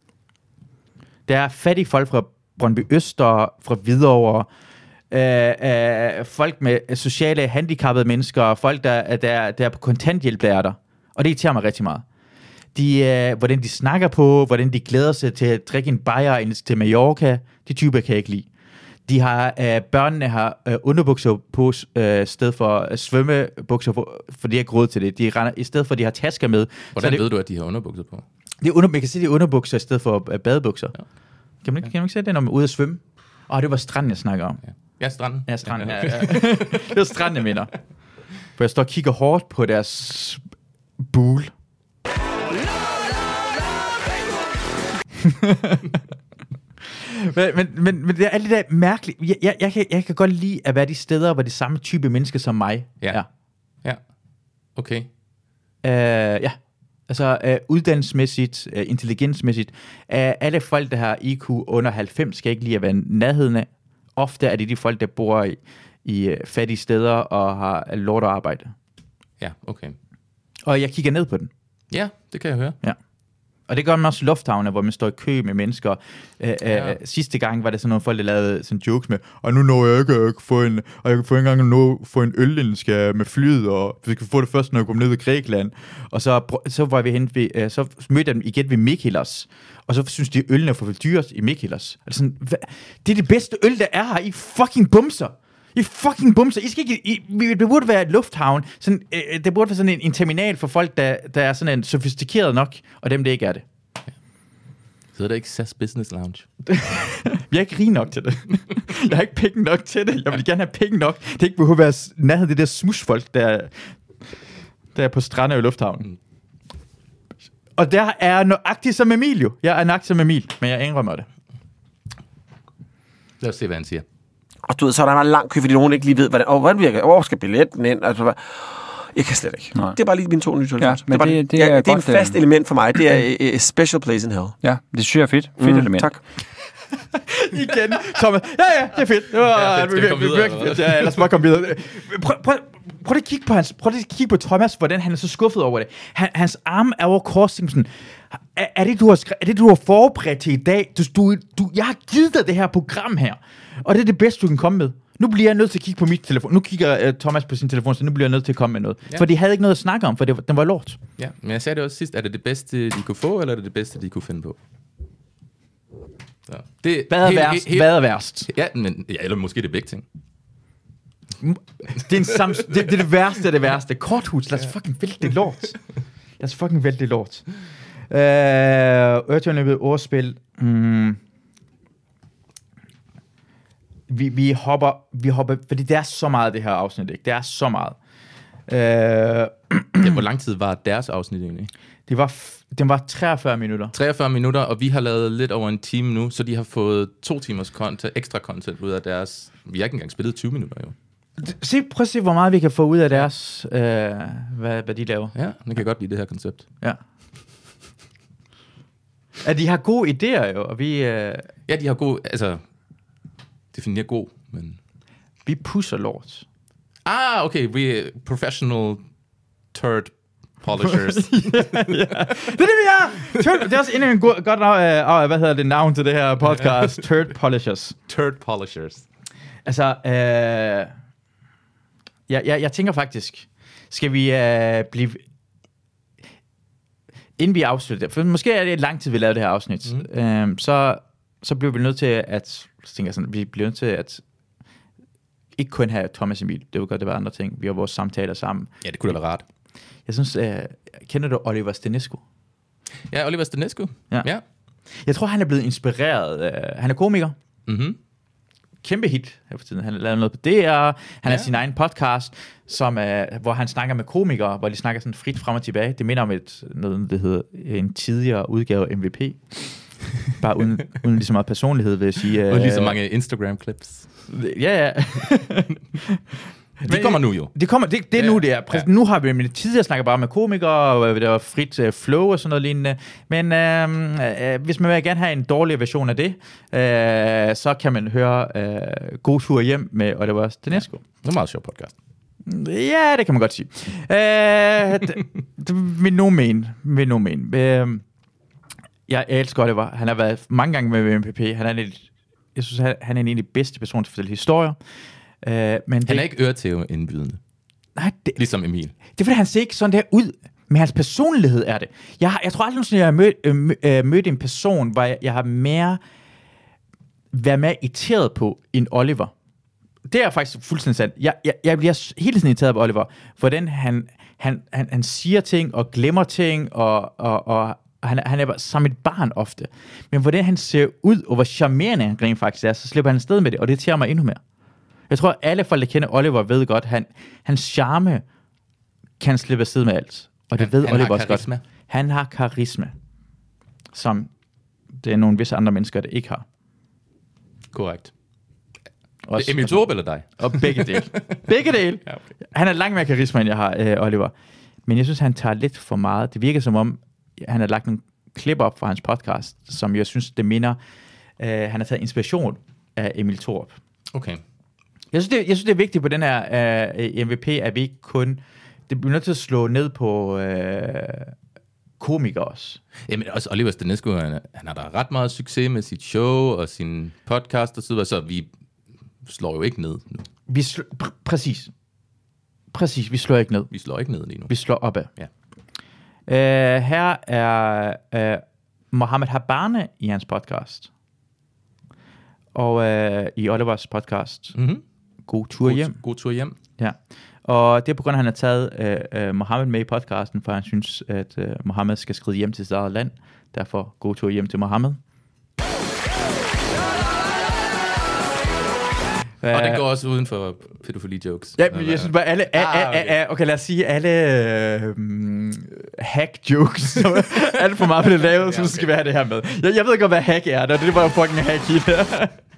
Der er fattige folk fra Brøndby Øster, fra Hvidovre, øh, øh, folk med sociale handicappede mennesker, folk, der, der, der er på kontanthjælp, der er der. Og det irriterer mig rigtig meget. De, øh, hvordan de snakker på, hvordan de glæder sig til at drikke en bajer til Mallorca, de typer kan jeg ikke lide. De har, øh, børnene har øh, underbukser på øh, sted for øh, svømmebukser, for, for de har råd til det. De render, i stedet for, at de har tasker med. Hvordan det, ved du, at de har underbukser på? Det er under, man kan se, det er underbukser i stedet for øh, badebukser. Ja. Kan, man, ja. kan man ikke se det, når man er ude at svømme? Åh, oh, det var stranden, jeg snakker om. Ja, ja stranden. Ja, stranden. Ja, ja. Det var stranden, jeg mener. hvor jeg står og kigger hårdt på deres bul. men, men, men, men det er alt det der mærkeligt. Jeg, jeg, jeg, kan, jeg kan godt lide at være de steder, hvor det er samme type mennesker som mig Ja. er. Ja. Okay. Uh, ja. Altså uh, uddannelsesmæssigt, uh, intelligensmæssigt. Uh, alle folk, der har I Q under halvfems, skal ikke lide at være nærheden af. Ofte er det de folk, der bor i, i uh, fattige steder og har lort at arbejde. Ja, okay. Og jeg kigger ned på den. Ja, det kan jeg høre. Ja. Og det gør man også i lufthavne, hvor man står i kø med mennesker. Æ, ja. øh, sidste gang var det sådan nogle folk, der lavede sådan jokes med, og nu når jeg ikke at få en, og jeg kan få en gang nå få en øl, den skal med flyet, og vi kan få det først, når jeg kommer ned i Grækenland. Og så, så var vi hen ved, øh, så mødte jeg dem igen ved Mykonos, og så synes de, at ølene er for dyrt i Mykonos. Altså, det er det bedste øl, der er her. I fucking bumser. I fucking bumser. I skal ikke, I, det burde være et lufthavn. Sådan, øh, det burde være sådan en, en terminal for folk, der, der er sådan en sofistikeret nok, og dem, der ikke er det. Så er det ikke S A S Business Lounge. Jeg er ikke rig nok til det. Jeg har ikke penge nok til det. Jeg vil gerne have penge nok. Det ikke behøver at være nærhed det der smushfolk, der, der er på strande i lufthavnen. Mm. Og der er nøjagtigt som Emil jo. Jeg er nøjagtigt som Emil, men jeg indrømmer det. Lad os se, hvad han siger. Og du ved, så er der en lang kø, fordi nogen ikke lige ved, hvordan, åh, hvordan virker, hvor skal billetten ind? Altså, jeg kan slet ikke. Nej. Det er bare lige mine to nye Ja, men det, det, det, ja, er, det er en godt, fast øh, element for mig. Det er a, a special place in hell. Ja, det synes jeg er fedt. Fedt Mm, element. tak. Igen, Thomas. Ja, ja, det er fedt. Det var, Ja, det skal komme videre, virkelig fedt. Ja, lad os bare komme videre. Prøv, prøv, prøv lige at kigge på hans, prøv lige at kigge på Thomas, hvordan han er så skuffet over det. Han, hans arm er over korset, sådan, er, er, det, du har skrevet, er det, du har forberedt til i dag? Du, du, du, jeg har givet dig det her program her, og det er det bedste, du kan komme med. Nu bliver jeg nødt til at kigge på mit telefon. Nu kigger uh, Thomas på sin telefon, så nu bliver jeg nødt til at komme med noget. Ja. For de havde ikke noget at snakke om, for det, den var lort. Ja, men jeg sagde det også sidst. Er det det bedste, de kunne få, eller er det det bedste, de kunne finde på? Så. Det, Hvad er værst? Hvad er værst? Ja, men, ja, eller måske det er begge ting. Det er, en sam, det, det er det værste af det værste. Korthus, lad os fucking vælte det lort. Lad os fucking vælte det lort. Øh, Ørtjørnløbet ordspil. Mm. Vi, vi hopper, vi hopper, fordi det er så meget det her afsnit, ikke? Det er så meget. Øh, ja, hvor lang tid var deres afsnit egentlig? det var, den var treogfyrre minutter. treogfyrre minutter, og vi har lavet lidt over en time nu, så de har fået to timers content, ekstra content ud af deres... Vi har ikke engang spillet tyve minutter, jo. Se, prøv at se, hvor meget vi kan få ud af deres, øh, hvad, hvad de laver. Ja, det kan godt lide det her koncept. Ja. At de har gode idéer, jo, og vi... Øh, Ja, de har god... Altså, definerer god, men... vi pusher lort. Ah, okay, vi er professional turd polishers. ja, ja. Det er det, vi er! Turd, det er også endnu en god, godt uh, uh, hvad hedder det navn til det her podcast? Turd Polishers. Turd polishers. Altså, uh, ja, ja, jeg tænker faktisk, skal vi uh, blive... Inden vi afslutter det, for måske er det lang tid, vi lavede det her afsnit, mm. uh, så, så bliver vi nødt til at... Så tænker jeg sådan, vi bliver nødt til at ikke kun have Thomas Emil. Det var godt, det var andre ting. Vi har vores samtaler sammen. Ja, det kunne da være rart. Jeg synes, uh, kender du Oliver Stenescu? Ja, Oliver Stenescu. Ja. ja. Jeg tror, han er blevet inspireret. Uh, han er komiker. Mm-hmm. Kæmpe hit her for tiden. Han har lavet noget på D R. Han har Ja. sin egen podcast, som, uh, hvor han snakker med komikere, hvor de snakker sådan frit frem og tilbage. Det minder om et, noget, der hedder en tidligere udgave af M V P. Bare uden, uden lige så meget personlighed, vil jeg sige. Og lige så mange Instagram-clips. Ja, ja. De kommer nu jo. Det, kommer, det, det er Ja, nu, det er. Præcis, ja. Nu har vi med tidligere snakket bare med komikere, og der var frit uh, flow og sådan noget lignende. Men uh, uh, hvis man vil gerne have en dårlig version af det, uh, så kan man høre uh, God tur hjem med Oliver Stenescu. Det er en meget sjov podcast. Ja, det kan man godt sige. Uh, det, det vil nogen mene. Vil nogen mene. Uh, jeg elsker Oliver. Han har været mange gange med M P P. Han er en, jeg synes, han, han er en af de bedste personer til at fortælle historier. Uh, men det, Han er ikke øretæve-indbydende. Nej, det, Ligesom Emil. det er fordi, han ser ikke sådan der ud. Men hans personlighed er det. Jeg, har, jeg tror aldrig, at jeg har mødt, øh, mø, øh, mødt en person, hvor jeg, jeg har mere været mere irriteret på end Oliver. Det er faktisk fuldstændig sandt. Jeg, jeg, jeg bliver hele tiden irriteret på Oliver, hvordan han, han, han, han siger ting og glemmer ting, og, og, og han, han er som et barn ofte. Men hvordan han ser ud, og hvor charmerende han rent faktisk er, så slipper han afsted med det, og det irriterer mig endnu mere. Jeg tror, at alle folk, der kender Oliver, ved godt, han, hans charme kan slippe afsted med alt. Og det Han- ved han Oliver har også godt. karisma. Han har karisma, som det er nogle visse andre mennesker, der ikke har. Korrekt. Også, Emil Thorup eller dig? Og begge dele. Begge dele. Ja, okay. Han har langt mere karisma, end jeg har, øh, Oliver. Men jeg synes, han tager lidt for meget. Det virker som om, han har lagt nogle klip op fra hans podcast, som jeg synes, det minder. Øh, han har taget inspiration af Emil Thorup. Okay. Jeg synes, det, jeg synes, det er vigtigt på den her øh, M V P, at vi ikke kun... Det bliver nødt til at slå ned på øh, komikere også. Jamen også Oliver Stanescu, han, han har da ret meget succes med sit show og sin podcast og så videre, så vi slår jo ikke ned nu. Vi slår, pr- præcis. Præcis, vi slår ikke ned. Vi slår ikke ned lige nu. Vi slår opad. Ja. Uh, her er uh, Mohammed Habane i hans podcast. Og uh, i Olivers podcast. Mm-hmm. God tur hjem. God, god tur hjem. Ja. Og det er på grund af, at han har taget uh, uh, Mohammed med i podcasten, for han synes, at uh, Mohammed skal skride hjem til sit eget land. Derfor god tur hjem til Mohammed. Og det går også uden for pædofili-jokes. Ja, men jeg synes bare, alle... Ah, Ah, okay. okay. okay, lad os sige, alle øh, hack-jokes, som alt for meget bliver lavet, ja, okay. Så skal vi have det her med. Jeg, jeg ved ikke, hvad hack er, og det var jo fucking hack i det.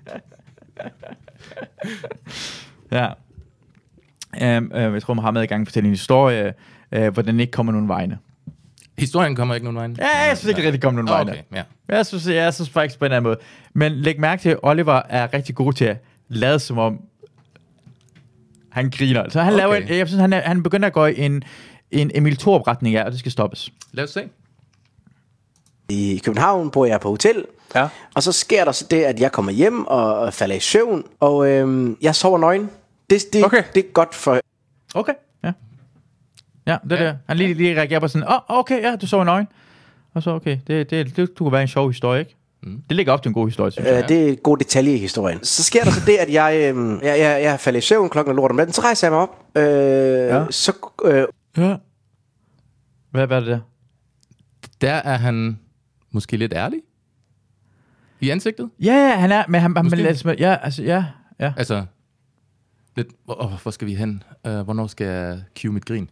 Ja. Um, uh, jeg tror, Mohammed er i gang med at fortælle en historie, uh, hvor den ikke kommer nogen vegne. Historien kommer ikke nogen vejen? Ja, jeg synes ikke rigtig kommer nogen oh, vegne. okay, ja. Jeg synes, jeg synes faktisk på en anden måde. Men læg mærke til, at Oliver er rigtig god til at lade som om, han griner. Så han okay. laver en, jeg synes, han, er, han begynder at gå i en, en Emil Thorup-retning af, og det skal stoppes. Lad os se. I København bor jeg på hotel, Ja. og så sker der så det, at jeg kommer hjem og falder i søvn, og øhm, jeg sover nøgen. Det, det, Okay. det er godt for... Okay, ja. Ja, det er ja. det. Han lige, lige reagerer på sådan, åh, oh, okay, ja, du sover nøgen. Og så, okay, det, det, det kunne være en sjov historie, ikke? Mm. Det ligger op til en god historie, synes jeg. Øh, det er en god detalje i historien. Så sker der så det, at jeg, øhm, jeg, jeg, jeg falder i søvn klokken lort om natten, så rejser jeg mig op. Øh, ja. Så... Øh, Ja. Hvad, hvad er det der? Der er han måske lidt ærlig i ansigtet. Ja, ja, han er, men han, han Måske. altså, ja, altså, ja, ja. Altså, lidt, hvor, hvor skal vi hen? Uh, hvornår skal jeg cue mit grin?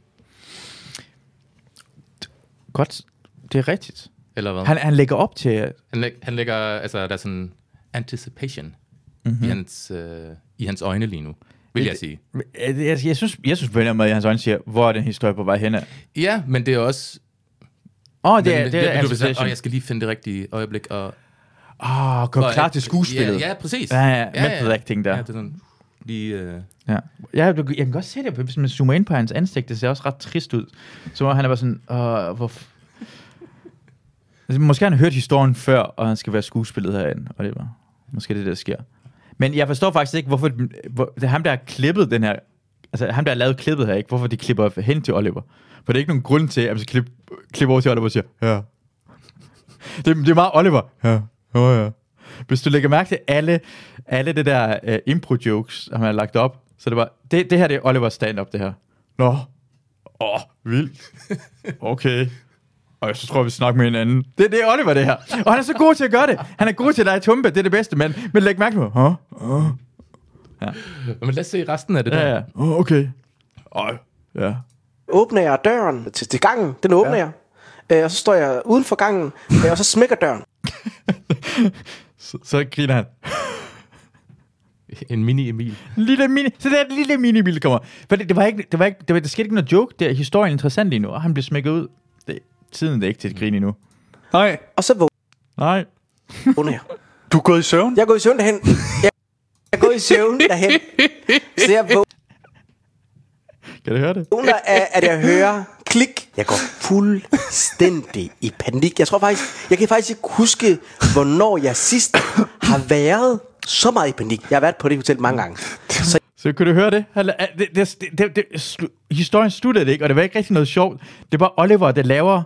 Godt, det er rigtigt. Eller hvad? Han, han lægger op til... Han, læg, han lægger, altså, der er sådan anticipation Mm-hmm. i, hans, uh, i hans øjne lige nu, vil jeg sige. Jeg, jeg, jeg synes, jeg synes på en eller anden måde, at hans øjne siger, hvor er den historie på vej hen af? Ja, men det er også... Åh, oh, det er, men, det er du vil sige, anticipation. åh, jeg skal lige finde det rigtige øjeblik. Og, Åh, oh, gå og, klar til skuespillet. Ja, ja præcis. Ja, ja, method acting der. Ja, det er sådan lige... Uh, Ja, ja du, jeg kan godt se det, hvis man zoomer ind på hans ansigt, det ser også ret trist ud. Så han er bare sådan, åh, hvor... Altså, måske har han hørt historien før, og han skal være skuespillet herinde, og det var måske det, der sker. Men jeg forstår faktisk ikke, hvorfor hvor, det er ham, der har klippet den her, altså ham, der har lavet klippet her, ikke? Hvorfor de klipper hen til Oliver. For det er ikke nogen grund til, at man skal klippe, klippe over til Oliver og siger, ja. Det, det er meget Oliver. Ja, oh, ja. Hvis du lægger mærke til alle, alle det der uh, impro-jokes, han har lagt op, så det var, det, det her det er Olivers stand-up, det her. Nå, åh, oh, vildt. Okay. Og jeg så tror, vi snakker med hinanden. Det, det er Oliver, det her. Og han er så god til at gøre det. Han er god til at lege tumpe, det er det bedste, men, men læg mærke på. Huh? Uh. Ja. men lad os se resten af det Ja, der. ja. Oh, okay. Øj, ja. åbner jeg døren til, til gangen, den åbner ja. jeg. Øh, og så står jeg uden for gangen, øh, og så smækker døren. så, så griner han. En mini-Emil. Lille mini, så det er et lille mini-bil, der kommer. For det, det var ikke, det var ikke, det, var, det skete ikke noget joke. Det er historien interessant lige nu, og han bliver smækket ud. Det, tiden det er ikke til et grin endnu. Nej. Og så Nej. vågner jeg. Du er gået i søvn? Jeg er gået i søvn derhen. Jeg er gået i søvn derhen. Så jeg Kan du høre det? vågner af, at jeg hører klik. Jeg går fuldstændig i panik. Jeg tror faktisk, jeg kan faktisk ikke huske, hvornår jeg sidst har været så meget i panik. Jeg har været på det hotel mange gange. Så Så kunne du høre det? Han, det, det, det, det, det slu, historien sluttede det ikke, og det var ikke rigtig noget sjovt. Det var Oliver, der laver...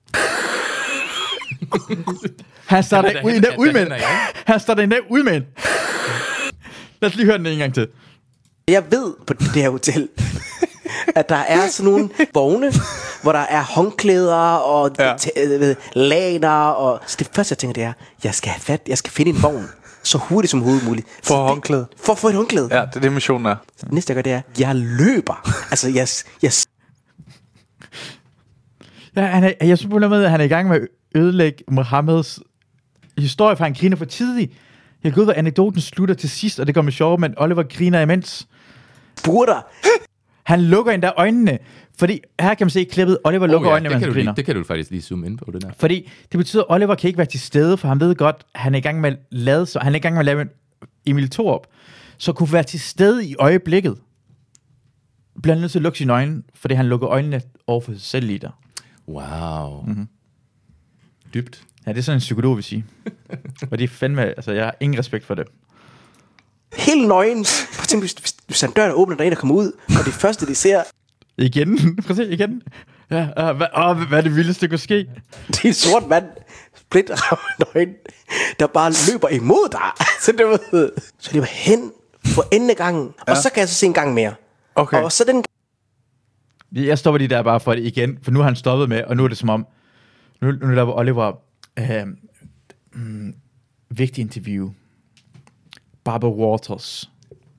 Han starter ud, der ud med en. Han starter der ud med en. Lad os lige høre den en gang til. jeg ved på det her hotel, at der er sådan nogle vogne, hvor der er håndklæder og ja. t- laner, og så det første jeg tænker, det er, jeg skal have fat, jeg skal finde en vogn så hurtigt som overhovedet muligt. For håndklæde. For at få et håndklæde. Ja, det er det missionen er. Næste jeg gør, det er, jeg løber. Altså, jeg, jeg Ja, han er, jeg synes på den måde, at han er i gang med at ødelægge Mohammeds historie, for han griner for tidligt. Jeg går ud, hvor anekdoten slutter til sidst, og det kommer sjovt, men Oliver griner imens. Burder. Han lukker endda øjnene, fordi her kan man se klippet, Oliver lukker oh, ja, øjnene, mens han griner. Det kan du faktisk lige zoome ind på, det der. Fordi det betyder, at Oliver kan ikke være til stede, for han ved godt, at han er i gang med at lade, så han er i gang med at lave en Emil Thorup, så kunne være til stede i øjeblikket. Bliver han nødt til at lukke sine øjne, fordi han lukker øjnene over for sig selv lige der. Wow. Mm-hmm. Dybt. Ja, det er sådan en psykolog vil sige. Og det er fandme, altså jeg har ingen respekt for det. Helt nøgen. Prøv at tænke, hvis, hvis, hvis han døren åbner, der er en, der kommer ud, og det første, de ser... Igen. Prøv at se, igen. Ja, uh, hvad, oh, hvad er det vildeste, der kunne ske? Det er en sort mand, split nøgen, der bare løber imod dig. Så det var, så det var hen for enden af gangen, ja. Og så kan jeg så se en gang mere. Okay. Og så den... Jeg stopper lige der bare for det igen, for nu har han stoppet med, og nu er det som om, nu, nu laver Oliver øh, mm, vigtig interview. Barbara Walters,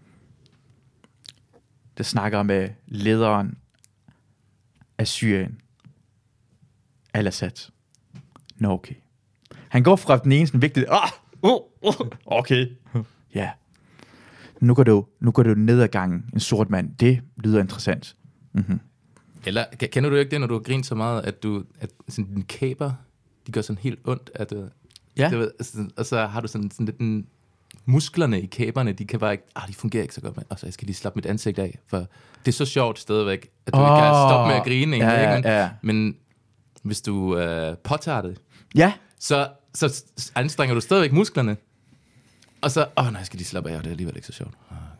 der snakker med lederen af Syrien, Al-Assad. Nå, okay. Han går fra den ene sådan vigtige, ah, uh, uh, okay, ja. Nu går du, nu går du ned ad gangen, en sort mand. Det lyder interessant. Mm-hmm. Eller kender du ikke det, når du har grint så meget, at du at sådan dine kæber, de gør sådan helt ondt, at uh, ja. det, altså, og så har du sådan, sådan lidt en, musklerne i kæberne, de kan bare ikke, ah, de fungerer ikke så godt, og så jeg skal lige slappe mit ansigt af, for det er så sjovt stadigvæk, at du oh, ikke kan stoppe med at grine, ja, ja, ikke? Ja. Men hvis du uh, påtager det, ja. så, så anstrenger du stadigvæk musklerne, og så, åh oh, nej, jeg skal lige slappe af, og det er alligevel ikke så sjovt.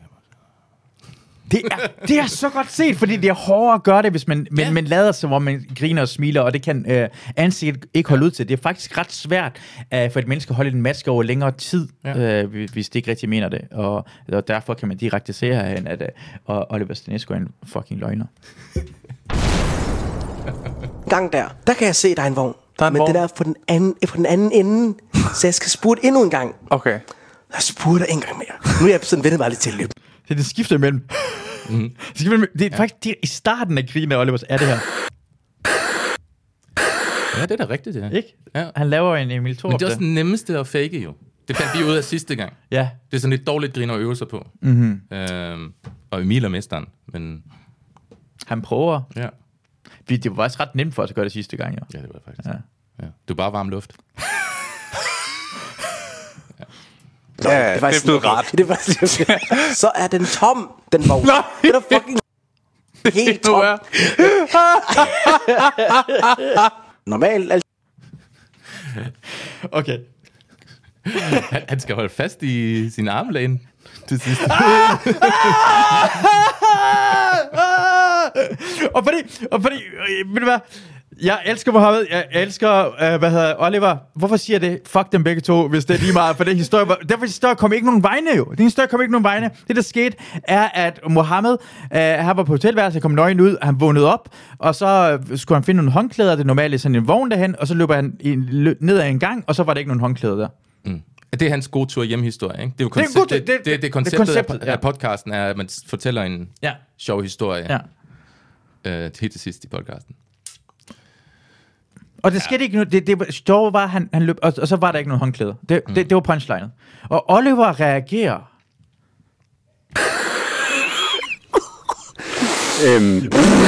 Det er, det er så godt set, fordi det er hårdere at gøre det, hvis man, ja. man, man lader sig, hvor man griner og smiler, og det kan øh, ansigtet ikke holde ud til. Det er faktisk ret svært øh, for et menneske at holde en maske over længere tid, ja. øh, hvis det ikke rigtig mener det. Og, og derfor kan man direkte se herhen, at øh, Oliver Stanescu er en fucking løgner. Gang der, der kan jeg se, der er en vogn. Der er en men vogn. den er på den anden, på den anden ende, så jeg skal spurte endnu en gang. Okay. Jeg spurter en gang mere. Nu er jeg sådan vendet mig lidt til at løbe. Det, det skifter imellem. Mm-hmm. Det, skifter imellem. Det er ja. faktisk det er i starten af krigen af Olivers er det her. Ja, det er da rigtigt, ja. Ikke? Ja. Han laver en Emil Thorup. Men det er også den nemmeste at fake jo. Det fandt vi ud af sidste gang. Ja. Det er sådan lidt dårligt grin at øve sig på. Mm-hmm. Øhm, og Emil er mesteren, men... Han prøver. Ja. Det var faktisk ret nemt for os at gøre det sidste gang, jo. Ja, det var faktisk. Ja. Ja. Du er bare varm luft. Ja, det, det er blevet ret. Det var, så er den tom, den vogn. Den er fucking helt tom. Normalt. Altså. Okay. Han, han skal holde fast i sin armlæne til sidst. og fordi, og fordi, ved du hvad? Jeg elsker Mohammed, jeg elsker, uh, hvad hedder Oliver. Hvorfor siger jeg det? Fuck dem begge to, hvis det er lige meget. For den historie, var, derfor historie kom ikke nogen vegne jo. Den historie kom ikke nogen vegne. Det der skete, er at Mohammed, uh, han var på hotelværelset, kom nøgen ud, han vågnede op, og så skulle han finde nogle håndklæder, det normale sådan en vogn derhen, og så løber han i, løb ned ad en gang, og så var der ikke nogen håndklæder der. Mm. Det er hans gode tur hjemhistorie, ikke? Det er jo koncept, det, er god, det, det, det, det, konceptet det koncept, af, af podcasten er, at man fortæller en ja. sjov historie ja. uh, helt til sidst i podcasten. Og det skete ja. ikke nu. Det, det sjove var, han, han løb, og, og så var der ikke nogen håndklæder. Det, mm. det, det var punchlinet. Og Oliver reagerer. øhm.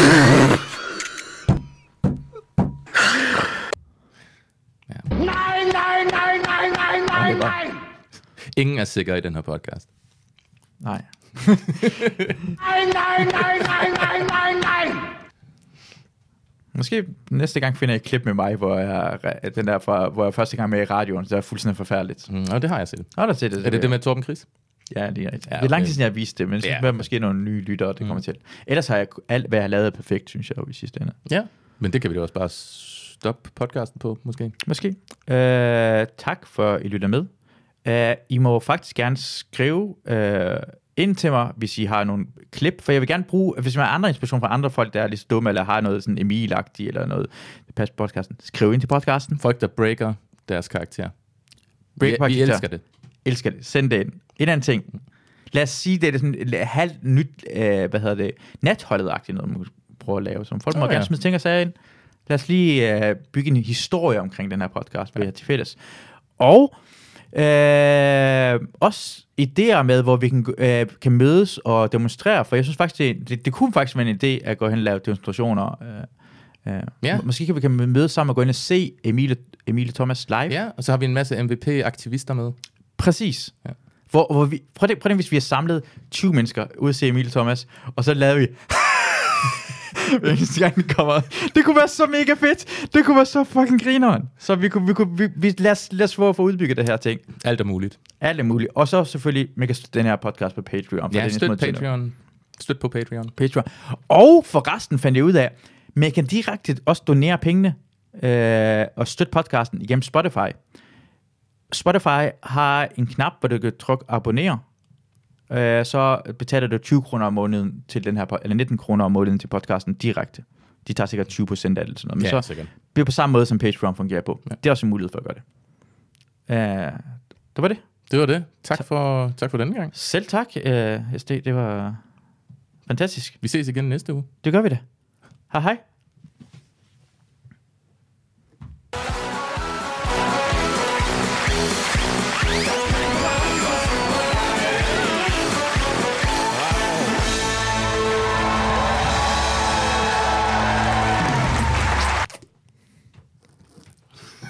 Nej, nej, nej, nej, nej, nej, nej. Ingen er sikker i den her podcast. Nej. nej, nej, nej, nej, nej, nej, nej. Måske næste gang finder jeg et klip med mig, hvor jeg, den der fra, hvor jeg første gang med i radioen, så er fuldstændig forfærdeligt. Mm, og det har jeg set. Har du set det? Er det det med Torben Chris? Ja, det er rigtigt. Ja, okay. Det er lang tid siden, jeg har vist det, men så ja. måske nogle nye lyttere, det kommer mm. til. Ellers har jeg alt, hvad jeg har lavet, perfekt, synes jeg, i sidste ende. Ja, men det kan vi da også bare stoppe podcasten på, måske. Måske. Uh, tak for, at I lytter med. Uh, I må faktisk gerne skrive uh, ind til mig, hvis I har nogle klip, for jeg vil gerne bruge, hvis man har andre inspiration fra andre folk, der er lidt dumme, eller har noget sådan Emil-agtigt, eller noget, det passer på podcasten. Skriv ind til podcasten. Folk, der breaker deres karakter. Break vi, vi elsker det. Elsker det. Send det ind. En anden ting. Lad os sige, det er sådan et halvt nyt, øh, hvad hedder det, natholdet-agtigt noget, man prøver at lave. Så folk må oh, ja. gerne smide ting og sager ind. Lad os lige øh, bygge en historie omkring den her podcast, vi har til fælles. Og øh, også idéer med, hvor vi kan, øh, kan mødes og demonstrere, for jeg synes faktisk, det, det, det kunne faktisk være en idé at gå hen og lave demonstrationer. Øh, øh, Ja. Måske kan vi kan mødes sammen og gå ind og se Emilie, Emilie Thomas live. Ja, og så har vi en masse M V P-aktivister med. Præcis. Ja. Hvor, hvor vi, prøv, det, prøv det, hvis vi har samlet tyve mennesker ude at se Emilie Thomas, og så lavede vi... kommer. Det kunne være så mega fedt. Det kunne være så fucking grineren. Så vi kunne, vi kunne vi, vi, lad, os, lad os få, få udbygget det her ting. Alt er muligt. Alt er muligt. Og så selvfølgelig, man kan støtte den her podcast på Patreon. Ja, støt Patreon. Støt på Patreon. Patreon. Og for resten fandt jeg ud af, man kan direkte også donere pengene øh, og støtte podcasten igennem Spotify. Spotify har en knap, hvor du kan trykke abonnere. Øh, så betaler du tyve kroner om måneden til den her, eller nitten kroner om måneden til podcasten direkte. De tager sikkert tyve procent af det. Sådan noget. Men ja, så sikkert. bliver på samme måde, som Patreon fungerer på. Ja. Det er også en mulighed for at gøre det. Øh, det var det. Det var det. Tak for, tak for denne gang. Selv tak, øh, S D. Det var fantastisk. Vi ses igen næste uge. Det gør vi da. Hej hej.